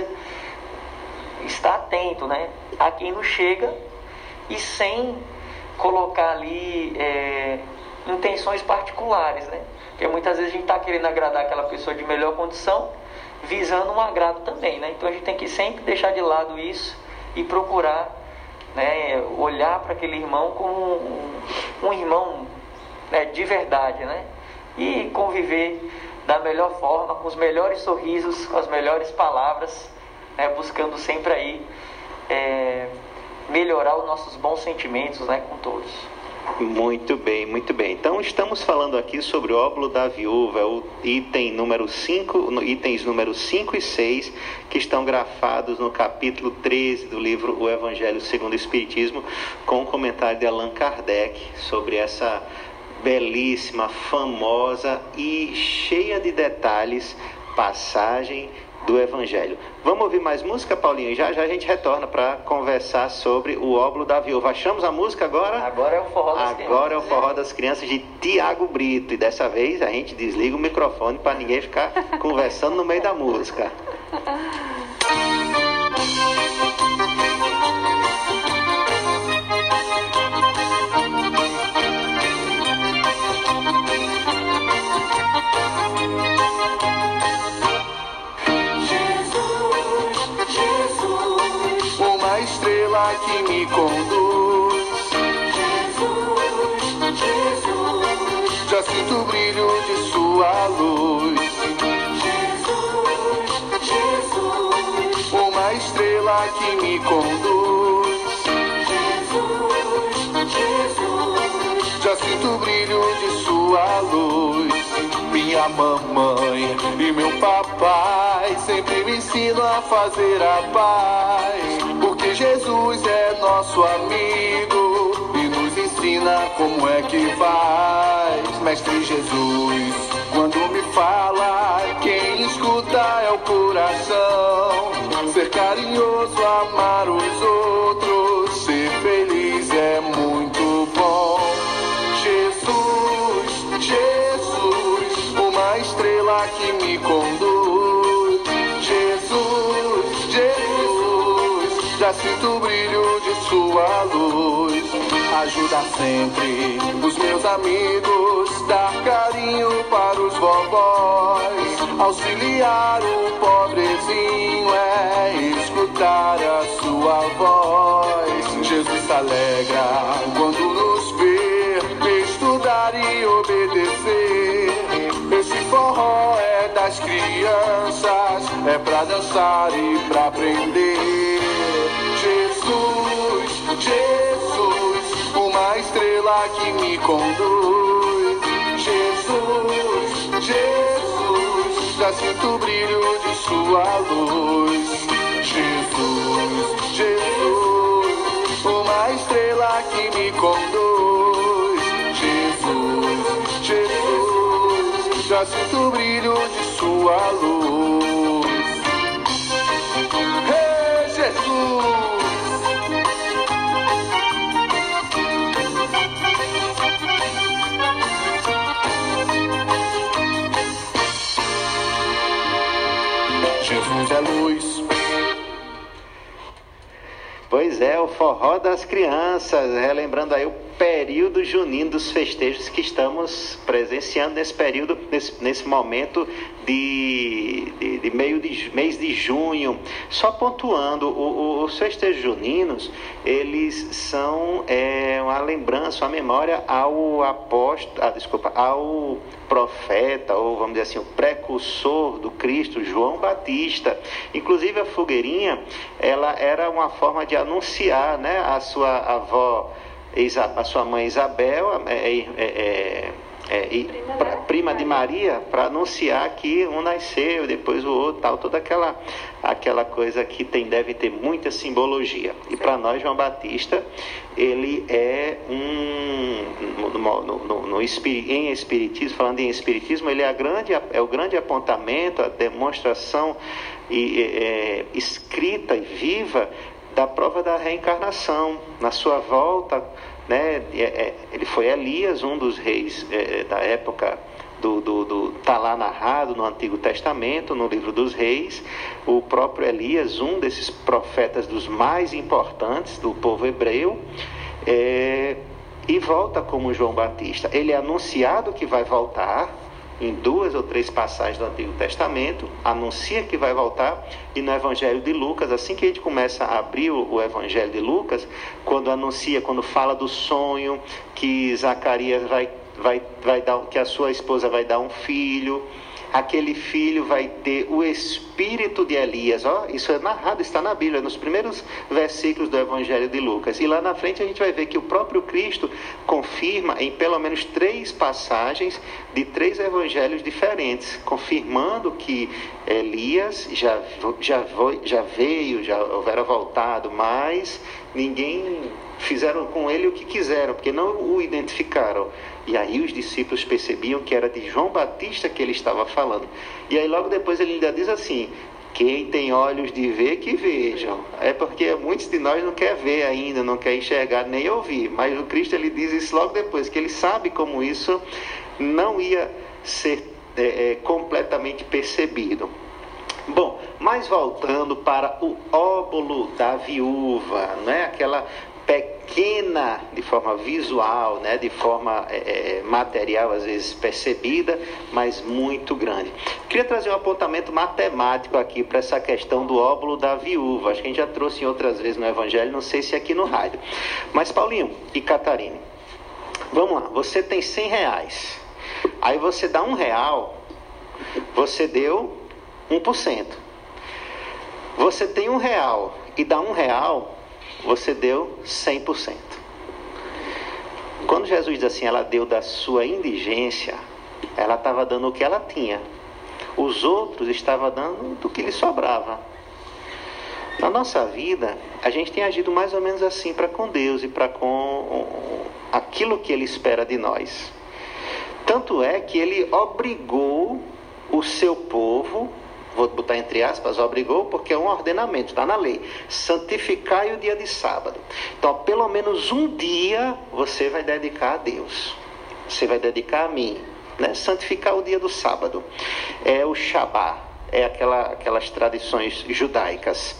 estar atento, né, a quem nos chega, e sem colocar ali é, intenções particulares, né? Porque muitas vezes a gente está querendo agradar aquela pessoa de melhor condição, visando um agrado também, né? Então a gente tem que sempre deixar de lado isso e procurar, né, olhar para aquele irmão como um, um irmão, né, de verdade, né? E conviver da melhor forma, com os melhores sorrisos, com as melhores palavras, né, buscando sempre aí é, melhorar os nossos bons sentimentos, né, com todos. Muito bem, muito bem. Então estamos falando aqui sobre o óbolo da viúva, o item número cinco, itens número cinco e seis, que estão grafados no capítulo treze do livro O Evangelho segundo o Espiritismo, com o comentário de Allan Kardec sobre essa belíssima, famosa e cheia de detalhes passagem do Evangelho. Vamos ouvir mais música, Paulinho? Já já a gente retorna para conversar sobre o óbolo da viúva. Achamos a música agora? Agora é o Forró das Crianças. Agora é o Forró das Crianças, de Tiago Brito. E dessa vez a gente desliga o microfone para ninguém ficar conversando no meio da música. Que me conduz, Jesus, Jesus, já sinto o brilho de sua luz, Jesus, Jesus, uma estrela estrela que me conduz. Jesus, Jesus, Já sinto o brilho de sua luz. Minha mamãe e meu papai sempre me ensinam a fazer a paz, porque Jesus é nosso amigo e nos ensina como é que faz. Mestre Jesus, quando me fala, quem escuta é o coração. Ser carinhoso, amar os outros, ser feliz é muito bom. Jesus, Jesus, uma estrela que me conduz. Jesus, Jesus, já sinto o brilho de sua luz. Ajuda sempre os meus amigos, dar carinho para os vovós, auxiliar o pobrezinho é escutar a sua voz. Jesus se alegra quando nos vê, estudar e obedecer. Esse forró é das crianças, é pra dançar e pra aprender. Jesus, Jesus, uma estrela que me conduz. Jesus, Jesus, já sinto o brilho de sua luz. Jesus, Jesus, uma estrela que me conduz. Jesus, Jesus, já sinto o brilho de sua luz. Hey, Jesus! Jesus é luz. Pois é, o forró das crianças, relembrando aí o período junino dos festejos que estamos presenciando nesse período, nesse, nesse momento de, de, de meio de mês de junho. Só pontuando, o, o, os festejos juninos, eles são é, uma lembrança, uma memória ao apóstolo, ah, desculpa, ao profeta, ou vamos dizer assim, o precursor do Cristo, João Batista. Inclusive a fogueirinha, ela era uma forma de anunciar, né, a sua avó, a sua mãe Isabel, é, é, é, é, prima, pra, prima de Maria, para anunciar que um nasceu, depois o outro, tal, toda aquela, aquela coisa que tem, deve ter muita simbologia. E para nós, João Batista, ele é um, no, no, no, no, em espiritismo, falando em espiritismo, ele é, a grande, é o grande apontamento, a demonstração e, é, escrita e viva da prova da reencarnação. Na sua volta, né, ele foi Elias, um dos reis é, da época do, do, do tá lá narrado no Antigo Testamento, no livro dos Reis. O próprio Elias, um desses profetas dos mais importantes do povo hebreu, é, e volta como João Batista. Ele é anunciado que vai voltar em duas ou três passagens do Antigo Testamento, anuncia que vai voltar, e no Evangelho de Lucas, assim que a gente começa a abrir o, o Evangelho de Lucas, quando anuncia, quando fala do sonho, que Zacarias vai, vai, vai dar, que a sua esposa vai dar um filho, aquele filho vai ter o espírito de Elias. Ó, isso é narrado, está na Bíblia, nos primeiros versículos do Evangelho de Lucas. E lá na frente a gente vai ver que o próprio Cristo confirma em pelo menos três passagens de três evangelhos diferentes, confirmando que Elias já, já, foi, já veio, já houvera voltado, mas ninguém fizeram com ele o que quiseram, porque não o identificaram. E aí os discípulos percebiam que era de João Batista que ele estava falando. E aí logo depois ele ainda diz assim: quem tem olhos de ver, que vejam. É porque muitos de nós não quer ver ainda, não quer enxergar nem ouvir. Mas o Cristo, ele diz isso logo depois, que ele sabe como isso não ia ser é, é, completamente percebido. Bom, mas voltando para o óbolo da viúva, né? Aquela pequena, de forma visual, né, de forma é, material, às vezes percebida, mas muito grande. Queria trazer um apontamento matemático aqui para essa questão do óbolo da viúva. Acho que a gente já trouxe em outras vezes no Evangelho, não sei se aqui no rádio. Mas Paulinho e Catarina, vamos lá, você tem cem reais, aí você dá um real, você deu um por cento. Você tem um real e dá um real, você deu cem por cento. Quando Jesus diz assim, ela deu da sua indigência, ela estava dando o que ela tinha. Os outros estavam dando do que lhe sobrava. Na nossa vida, a gente tem agido mais ou menos assim para com Deus e para com aquilo que Ele espera de nós. Tanto é que Ele obrigou o seu povo, vou botar entre aspas, obrigou porque é um ordenamento, está na lei, santificai o dia de sábado. Então, pelo menos um dia você vai dedicar a Deus, você vai dedicar a mim, né? Santificar o dia do sábado, é o Shabá, é aquela, aquelas tradições judaicas.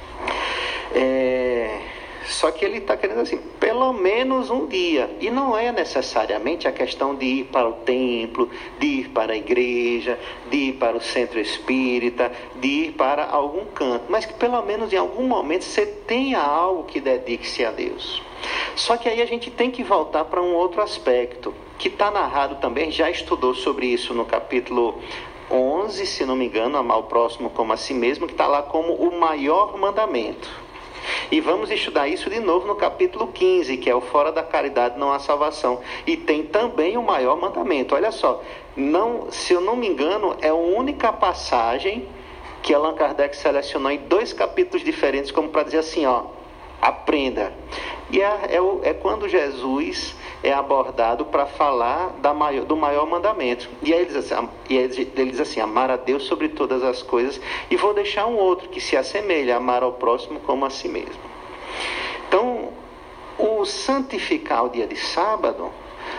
É, só que ele está querendo assim, pelo menos um dia, e não é necessariamente a questão de ir para o templo, de ir para a igreja, de ir para o centro espírita, de ir para algum canto, mas que pelo menos em algum momento você tenha algo que dedique-se a Deus. Só que aí a gente tem que voltar para um outro aspecto, que está narrado também, já estudou sobre isso no capítulo onze, se não me engano, amar o próximo como a si mesmo, que está lá como o maior mandamento. E vamos estudar isso de novo no capítulo quinze, que é o fora da caridade não há salvação. E tem também o maior mandamento. Olha só, não, se eu não me engano, é a única passagem que Allan Kardec selecionou em dois capítulos diferentes, como para dizer assim, ó, aprenda. E é, é, o, é quando Jesus é abordado para falar da maior, do maior mandamento. E aí ele diz, assim, e aí ele diz assim, amar a Deus sobre todas as coisas, e vou deixar um outro que se assemelha, amar ao próximo como a si mesmo. Então, o santificar o dia de sábado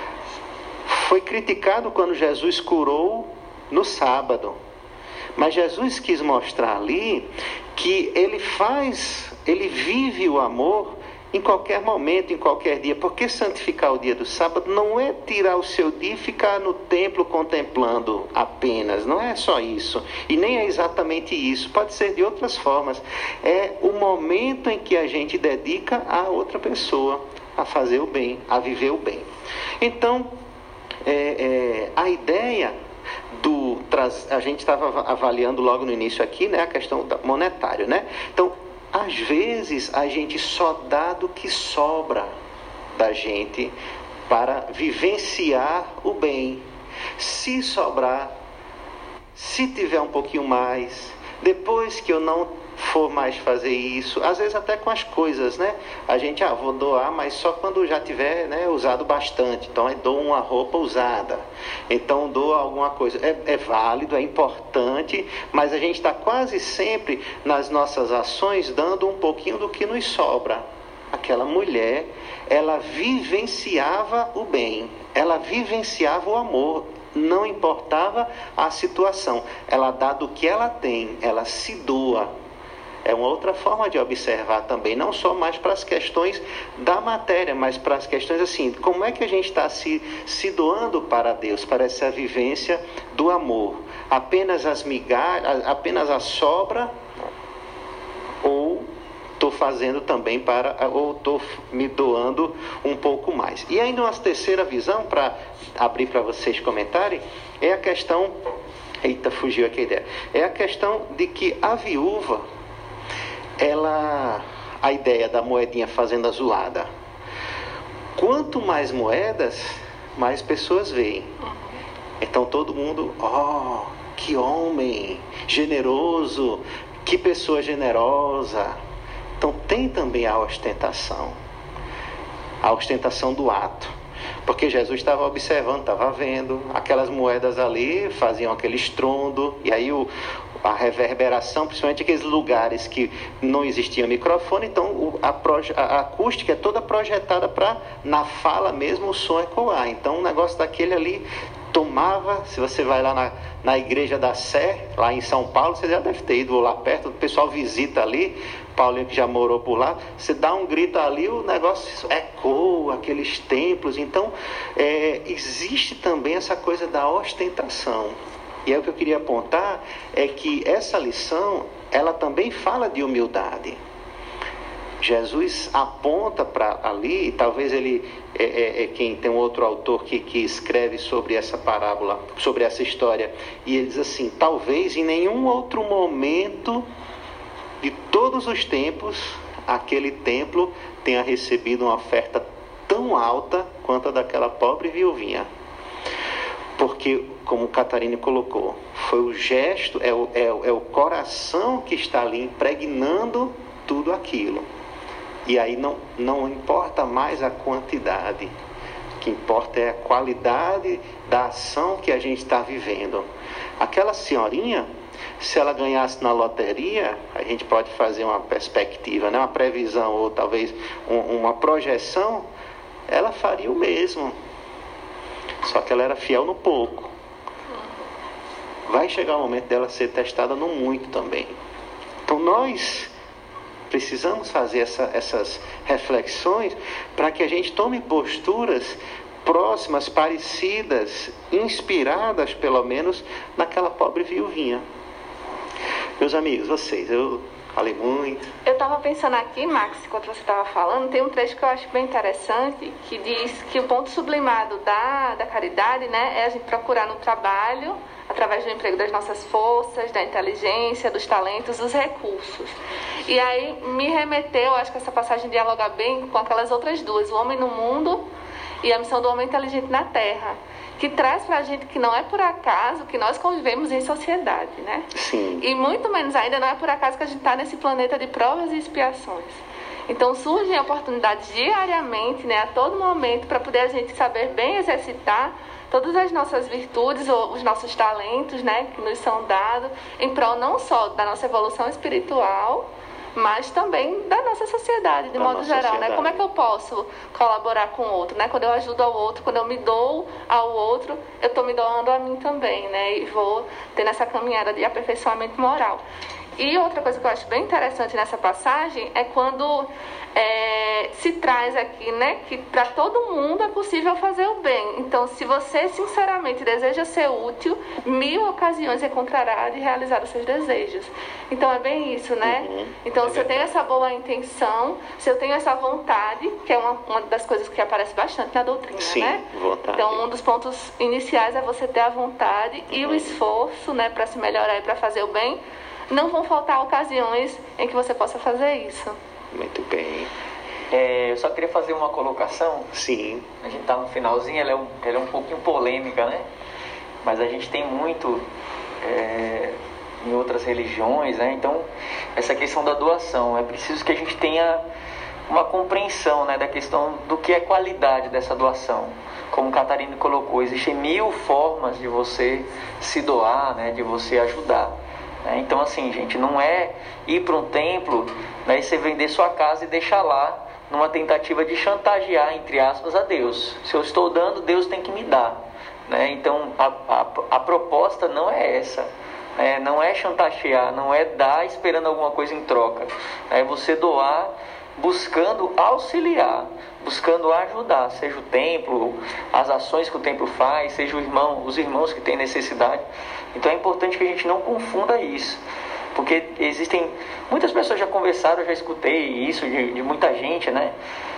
foi criticado quando Jesus curou no sábado. Mas Jesus quis mostrar ali que ele faz, ele vive o amor em qualquer momento, em qualquer dia. Porque santificar o dia do sábado não é tirar o seu dia e ficar no templo contemplando apenas. Não é só isso. E nem é exatamente isso. Pode ser de outras formas. É o momento em que a gente dedica a outra pessoa a fazer o bem, a viver o bem. Então, é, é, a ideia do... A gente estava avaliando logo no início aqui, né, a questão monetária, né? Então, às vezes a gente só dá do que sobra da gente para vivenciar o bem. Se sobrar, se tiver um pouquinho mais, depois que eu não for mais fazer isso, às vezes até com as coisas, né? A gente, ah, vou doar, mas só quando já tiver, né, usado bastante. Então, eu dou uma roupa usada. Então, dou alguma coisa. É, é válido, é importante, mas a gente está quase sempre nas nossas ações dando um pouquinho do que nos sobra. Aquela mulher, ela vivenciava o bem, ela vivenciava o amor. Não importava a situação. Ela dá do que ela tem, ela se doa. É uma outra forma de observar também, não só mais para as questões da matéria, mas para as questões assim, como é que a gente está se, se doando para Deus, para essa vivência do amor? Apenas as migalhas, apenas a sobra, ou estou fazendo também para, ou estou me doando um pouco mais? E ainda uma terceira visão, para abrir para vocês comentarem, é a questão, eita, fugiu aqui a ideia, é a questão de que a viúva, ela, a ideia da moedinha fazendo a zoada. Quanto mais moedas, mais pessoas veem. Então todo mundo, ó, oh, que homem generoso, que pessoa generosa. Então tem também a ostentação, a ostentação do ato. Porque Jesus estava observando, estava vendo, aquelas moedas ali faziam aquele estrondo, e aí o a reverberação, principalmente aqueles lugares que não existia microfone, então a, proje, a acústica é toda projetada para, na fala mesmo, o som ecoar. Então o negócio daquele ali tomava, se você vai lá na, na igreja da Sé, lá em São Paulo, você já deve ter ido lá perto, o pessoal visita ali, Paulinho que já morou por lá, você dá um grito ali, o negócio ecoa, aqueles templos. Então é, existe também essa coisa da ostentação. E aí o que eu queria apontar é que essa lição, ela também fala de humildade. Jesus aponta para ali, e talvez ele é, é, é quem tem um outro autor que, que escreve sobre essa parábola, sobre essa história, e ele diz assim, talvez em nenhum outro momento de todos os tempos, aquele templo tenha recebido uma oferta tão alta quanto a daquela pobre viuvinha. Porque, como Catarina colocou, foi o gesto, é o, é, o, é o coração que está ali impregnando tudo aquilo. E aí não, não importa mais a quantidade, o que importa é a qualidade da ação que a gente está vivendo. Aquela senhorinha, se ela ganhasse na loteria, a gente pode fazer uma perspectiva, né? Uma previsão ou talvez um, uma projeção, ela faria o mesmo. Só que ela era fiel no pouco. Vai chegar o momento dela ser testada no muito também. Então nós precisamos fazer essa, essas reflexões para que a gente tome posturas próximas, parecidas, inspiradas pelo menos naquela pobre viuvinha. Meus amigos, vocês, eu falei muito. Eu estava pensando aqui, Max, enquanto você estava falando, tem um trecho que eu acho bem interessante, que diz que o ponto sublimado da, da caridade, né, é a gente procurar no trabalho, através do emprego das nossas forças, da inteligência, dos talentos, dos recursos. E aí me remeteu, acho que essa passagem dialoga bem com aquelas outras duas, o homem no mundo e a missão do homem inteligente na Terra, que traz pra gente que não é por acaso que nós convivemos em sociedade, né? Sim. E muito menos ainda não é por acaso que a gente está nesse planeta de provas e expiações. Então surgem oportunidades diariamente, né, a todo momento, para poder a gente saber bem exercitar todas as nossas virtudes ou os nossos talentos, né, que nos são dados, em prol não só da nossa evolução espiritual, mas também da nossa sociedade, de da modo geral, sociedade. né? Como é que eu posso colaborar com o outro, né? Quando eu ajudo ao outro, quando eu me dou ao outro, eu estou me doando a mim também, né? E vou ter nessa caminhada de aperfeiçoamento moral. E outra coisa que eu acho bem interessante nessa passagem é quando é, se traz aqui, né, que para todo mundo é possível fazer o bem. Então, se você sinceramente deseja ser útil, mil ocasiões encontrará de realizar os seus desejos. Então, é bem isso, né? Uhum. Então, É se eu tenho essa boa intenção, se eu tenho essa vontade, que é uma, uma das coisas que aparece bastante na doutrina, Sim, né? vontade. Então, um dos pontos iniciais é você ter a vontade e o esforço, né, para se melhorar e para fazer o bem. Não vão faltar ocasiões em que você possa fazer isso. Muito bem. É, eu só queria fazer uma colocação. Sim. A gente tá no finalzinho, ela é um, ela é um pouquinho polêmica, né? Mas a gente tem muito é, em outras religiões, né? Então, essa questão da doação, é preciso que a gente tenha uma compreensão, né, da questão do que é qualidade dessa doação. Como o Catarina colocou, existem mil formas de você se doar, né, de você ajudar. Então, assim, gente, não é ir para um templo, né, e você vender sua casa e deixar lá numa tentativa de chantagear, entre aspas, a Deus. Se eu estou dando, Deus tem que me dar, né? Então, a, a, a proposta não é essa, né? Não é chantagear, não é dar esperando alguma coisa em troca. É você doar buscando auxiliar, buscando ajudar, seja o templo, as ações que o templo faz, seja o irmão, os irmãos que têm necessidade. Então é importante que a gente não confunda isso, porque existem, muitas pessoas já conversaram, eu já escutei isso de, de muita gente, né?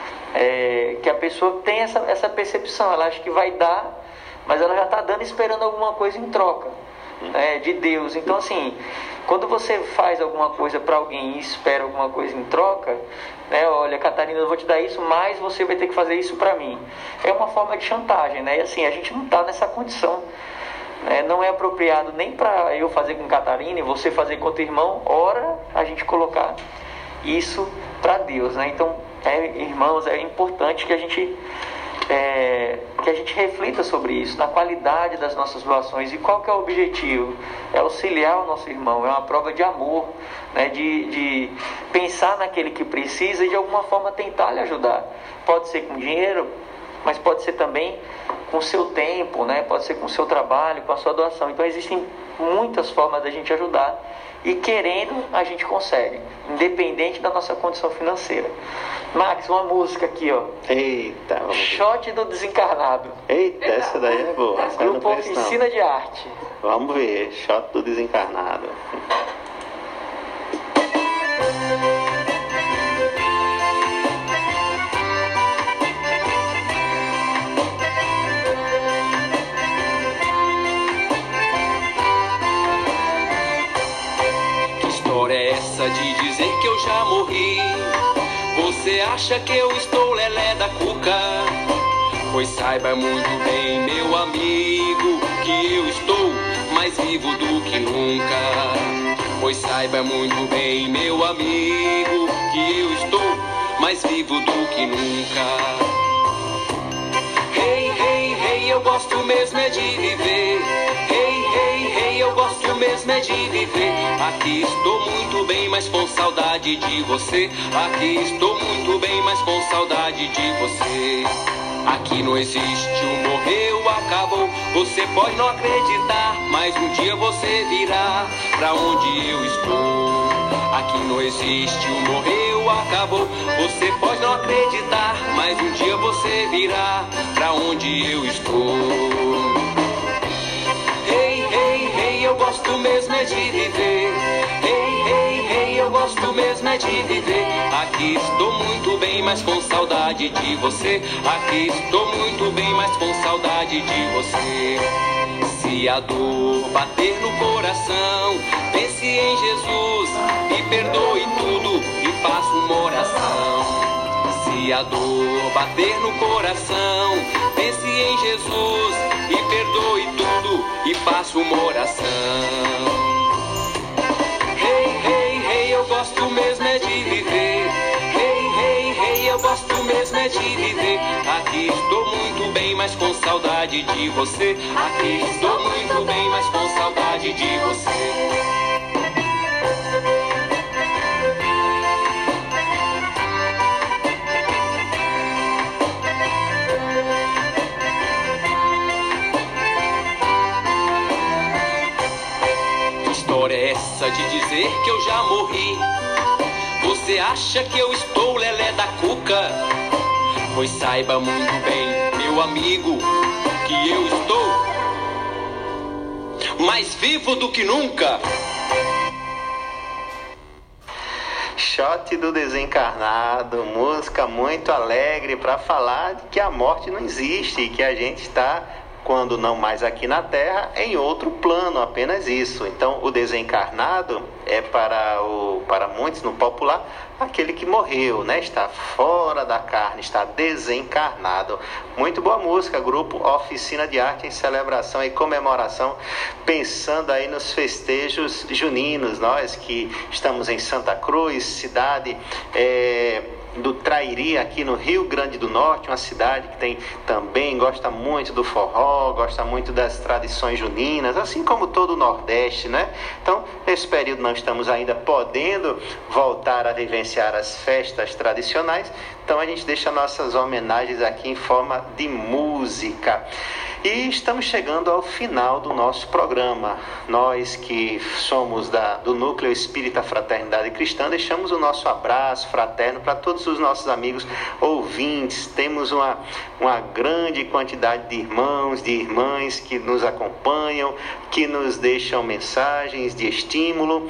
É, que a pessoa tem essa, essa percepção, ela acha que vai dar, mas ela já está dando esperando alguma coisa em troca, né, de Deus. Então, assim, quando você faz alguma coisa para alguém e espera alguma coisa em troca, né, olha, Catarina, eu vou te dar isso, mas você vai ter que fazer isso para mim. É uma forma de chantagem, né? E assim, a gente não está nessa condição. Né? Não é apropriado nem para eu fazer com Catarina e você fazer com outro irmão, ora a gente colocar isso para Deus, né? Então, é, irmãos, é importante que a gente é, que a gente reflita sobre isso, na qualidade das nossas doações. E qual que é o objetivo? É auxiliar o nosso irmão, é uma prova de amor, né? de, de pensar naquele que precisa e de alguma forma tentar lhe ajudar. Pode ser com dinheiro, mas pode ser também com o seu tempo, né? Pode ser com o seu trabalho, com a sua doação. Então existem muitas formas da gente ajudar e querendo a gente consegue, independente da nossa condição financeira. Max, uma música aqui, ó. Eita, vamos ver. Shot do Desencarnado. Eita, essa daí é boa. Essa eu não Grupo conheço, não. Oficina de Arte. Vamos ver, Shot do Desencarnado. Que história é essa de dizer Você acha que eu estou lelé da cuca? Pois saiba muito bem, meu amigo, que eu estou mais vivo do que nunca. Pois saiba muito bem, meu amigo, que eu estou mais vivo do que nunca. Hey, hey, hey, eu gosto mesmo é de viver. Hey, hey, hey, eu gosto mesmo é de viver. Aqui estou muito bem, mas com saudade de você. Aqui estou muito bem, mas com saudade de você. Aqui não existe o morreu, acabou. Você pode não acreditar, mas um dia você virá pra onde eu estou. Aqui não existe o morreu, acabou. Você pode não acreditar, mas um dia você virá pra onde eu estou. Hey, hey, hey, eu gosto mesmo é de viver. Hey, hey, hey, eu gosto mesmo é de viver. Aqui estou muito bem, mas com saudade de você. Aqui estou muito bem, mas com saudade de você. Se a dor bater no coração, pense em Jesus e perdoe tudo e faça uma oração. Se a dor bater no coração, pense em Jesus e perdoe tudo e faça uma oração. Hey, hey, hey, eu gosto mesmo é de viver. Hey, hey, hey, eu gosto mesmo é de viver. Aqui estou muito bem, mas com saudade de você. Aqui estou muito bem, mas com saudade de você. Essa de dizer que eu já morri. Você acha que eu estou lelé da cuca? Pois saiba muito bem, meu amigo, que eu estou mais vivo do que nunca. Shot do Desencarnado, música muito alegre para falar de que a morte não existe e que a gente está, quando não mais aqui na Terra, em outro plano, apenas isso. Então, o desencarnado é para, o, para muitos no popular, aquele que morreu, né? Está fora da carne, está desencarnado. Muito boa música, grupo Oficina de Arte em celebração e comemoração, pensando aí nos festejos juninos. Nós que estamos em Santa Cruz, cidade é, do Trairi, aqui no Rio Grande do Norte, uma cidade que tem também, gosta muito do forró, gosta muito das tradições juninas, assim como todo o Nordeste, né? Então, nesse período não estamos ainda podendo voltar a vivenciar as festas tradicionais, então a gente deixa nossas homenagens aqui em forma de música. E estamos chegando ao final do nosso programa. Nós que somos da, do Núcleo Espírita Fraternidade Cristã, deixamos o nosso abraço fraterno para todos os nossos amigos ouvintes. Temos uma, uma grande quantidade de irmãos, de irmãs que nos acompanham, que nos deixam mensagens de estímulo,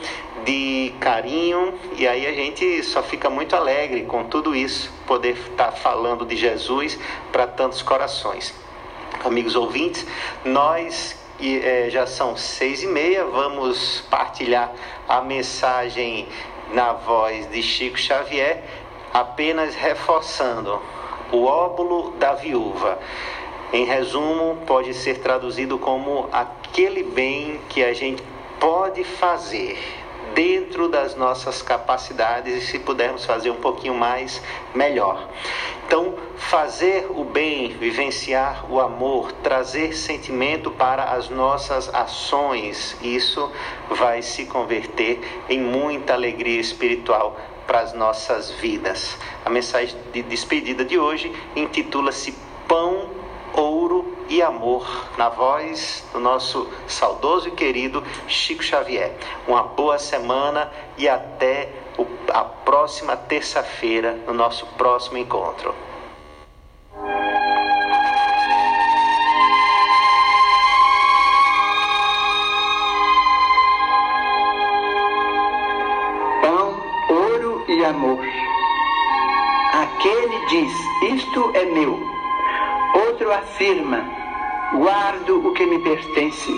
de carinho, e aí a gente só fica muito alegre com tudo isso, poder estar falando de Jesus para tantos corações. Amigos ouvintes, nós eh, já são seis e meia, vamos partilhar a mensagem na voz de Chico Xavier, apenas reforçando o óbolo da viúva. Em resumo, pode ser traduzido como aquele bem que a gente pode fazer dentro das nossas capacidades, e se pudermos fazer um pouquinho mais, melhor. Então, fazer o bem, vivenciar o amor, trazer sentimento para as nossas ações, isso vai se converter em muita alegria espiritual para as nossas vidas. A mensagem de despedida de hoje intitula-se Pão, Ouro e Amor, na voz do nosso saudoso e querido Chico Xavier. Uma boa semana e até o, a próxima terça-feira, no nosso próximo encontro. Pão, ouro e amor. Aquele diz, isto é meu. Outro afirma, guardo o que me pertence.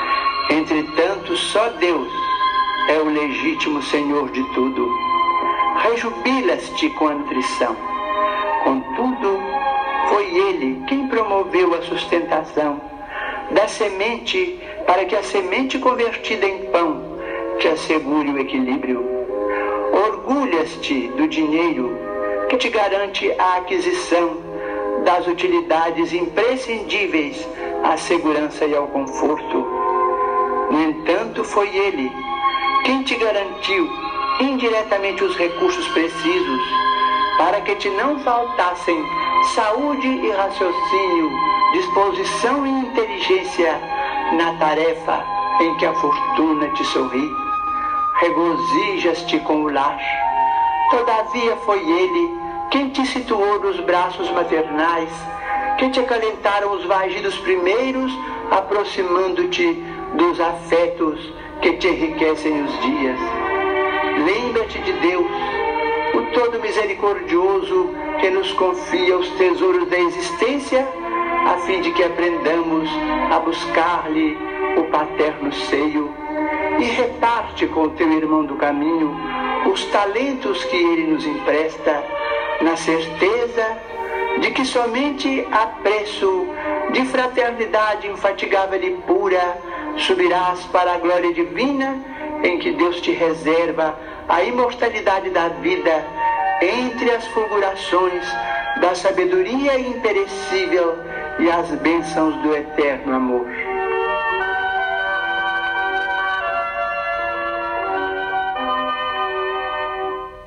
Entretanto, só Deus é o legítimo Senhor de tudo. rejubilas-te com a nutrição. Contudo, foi ele quem promoveu a sustentação da semente, para que a semente convertida em pão te assegure o equilíbrio. Orgulhas-te do dinheiro que te garante a aquisição das utilidades imprescindíveis à segurança e ao conforto. No entanto, foi ele quem te garantiu indiretamente os recursos precisos para que te não faltassem saúde e raciocínio, disposição e inteligência na tarefa em que a fortuna te sorri. Regozijas-te com o lar. Todavia foi ele quem te situou nos braços maternais, que te acalentaram os vagidos primeiros, aproximando-te dos afetos que te enriquecem os dias. Lembra-te de Deus, o todo misericordioso, que nos confia os tesouros da existência, a fim de que aprendamos a buscar-lhe o paterno seio, e reparte com o teu irmão do caminho os talentos que ele nos empresta, na certeza de que somente a preço de fraternidade infatigável e pura subirás para a glória divina, em que Deus te reserva a imortalidade da vida entre as fulgurações da sabedoria imperecível e as bênçãos do eterno amor.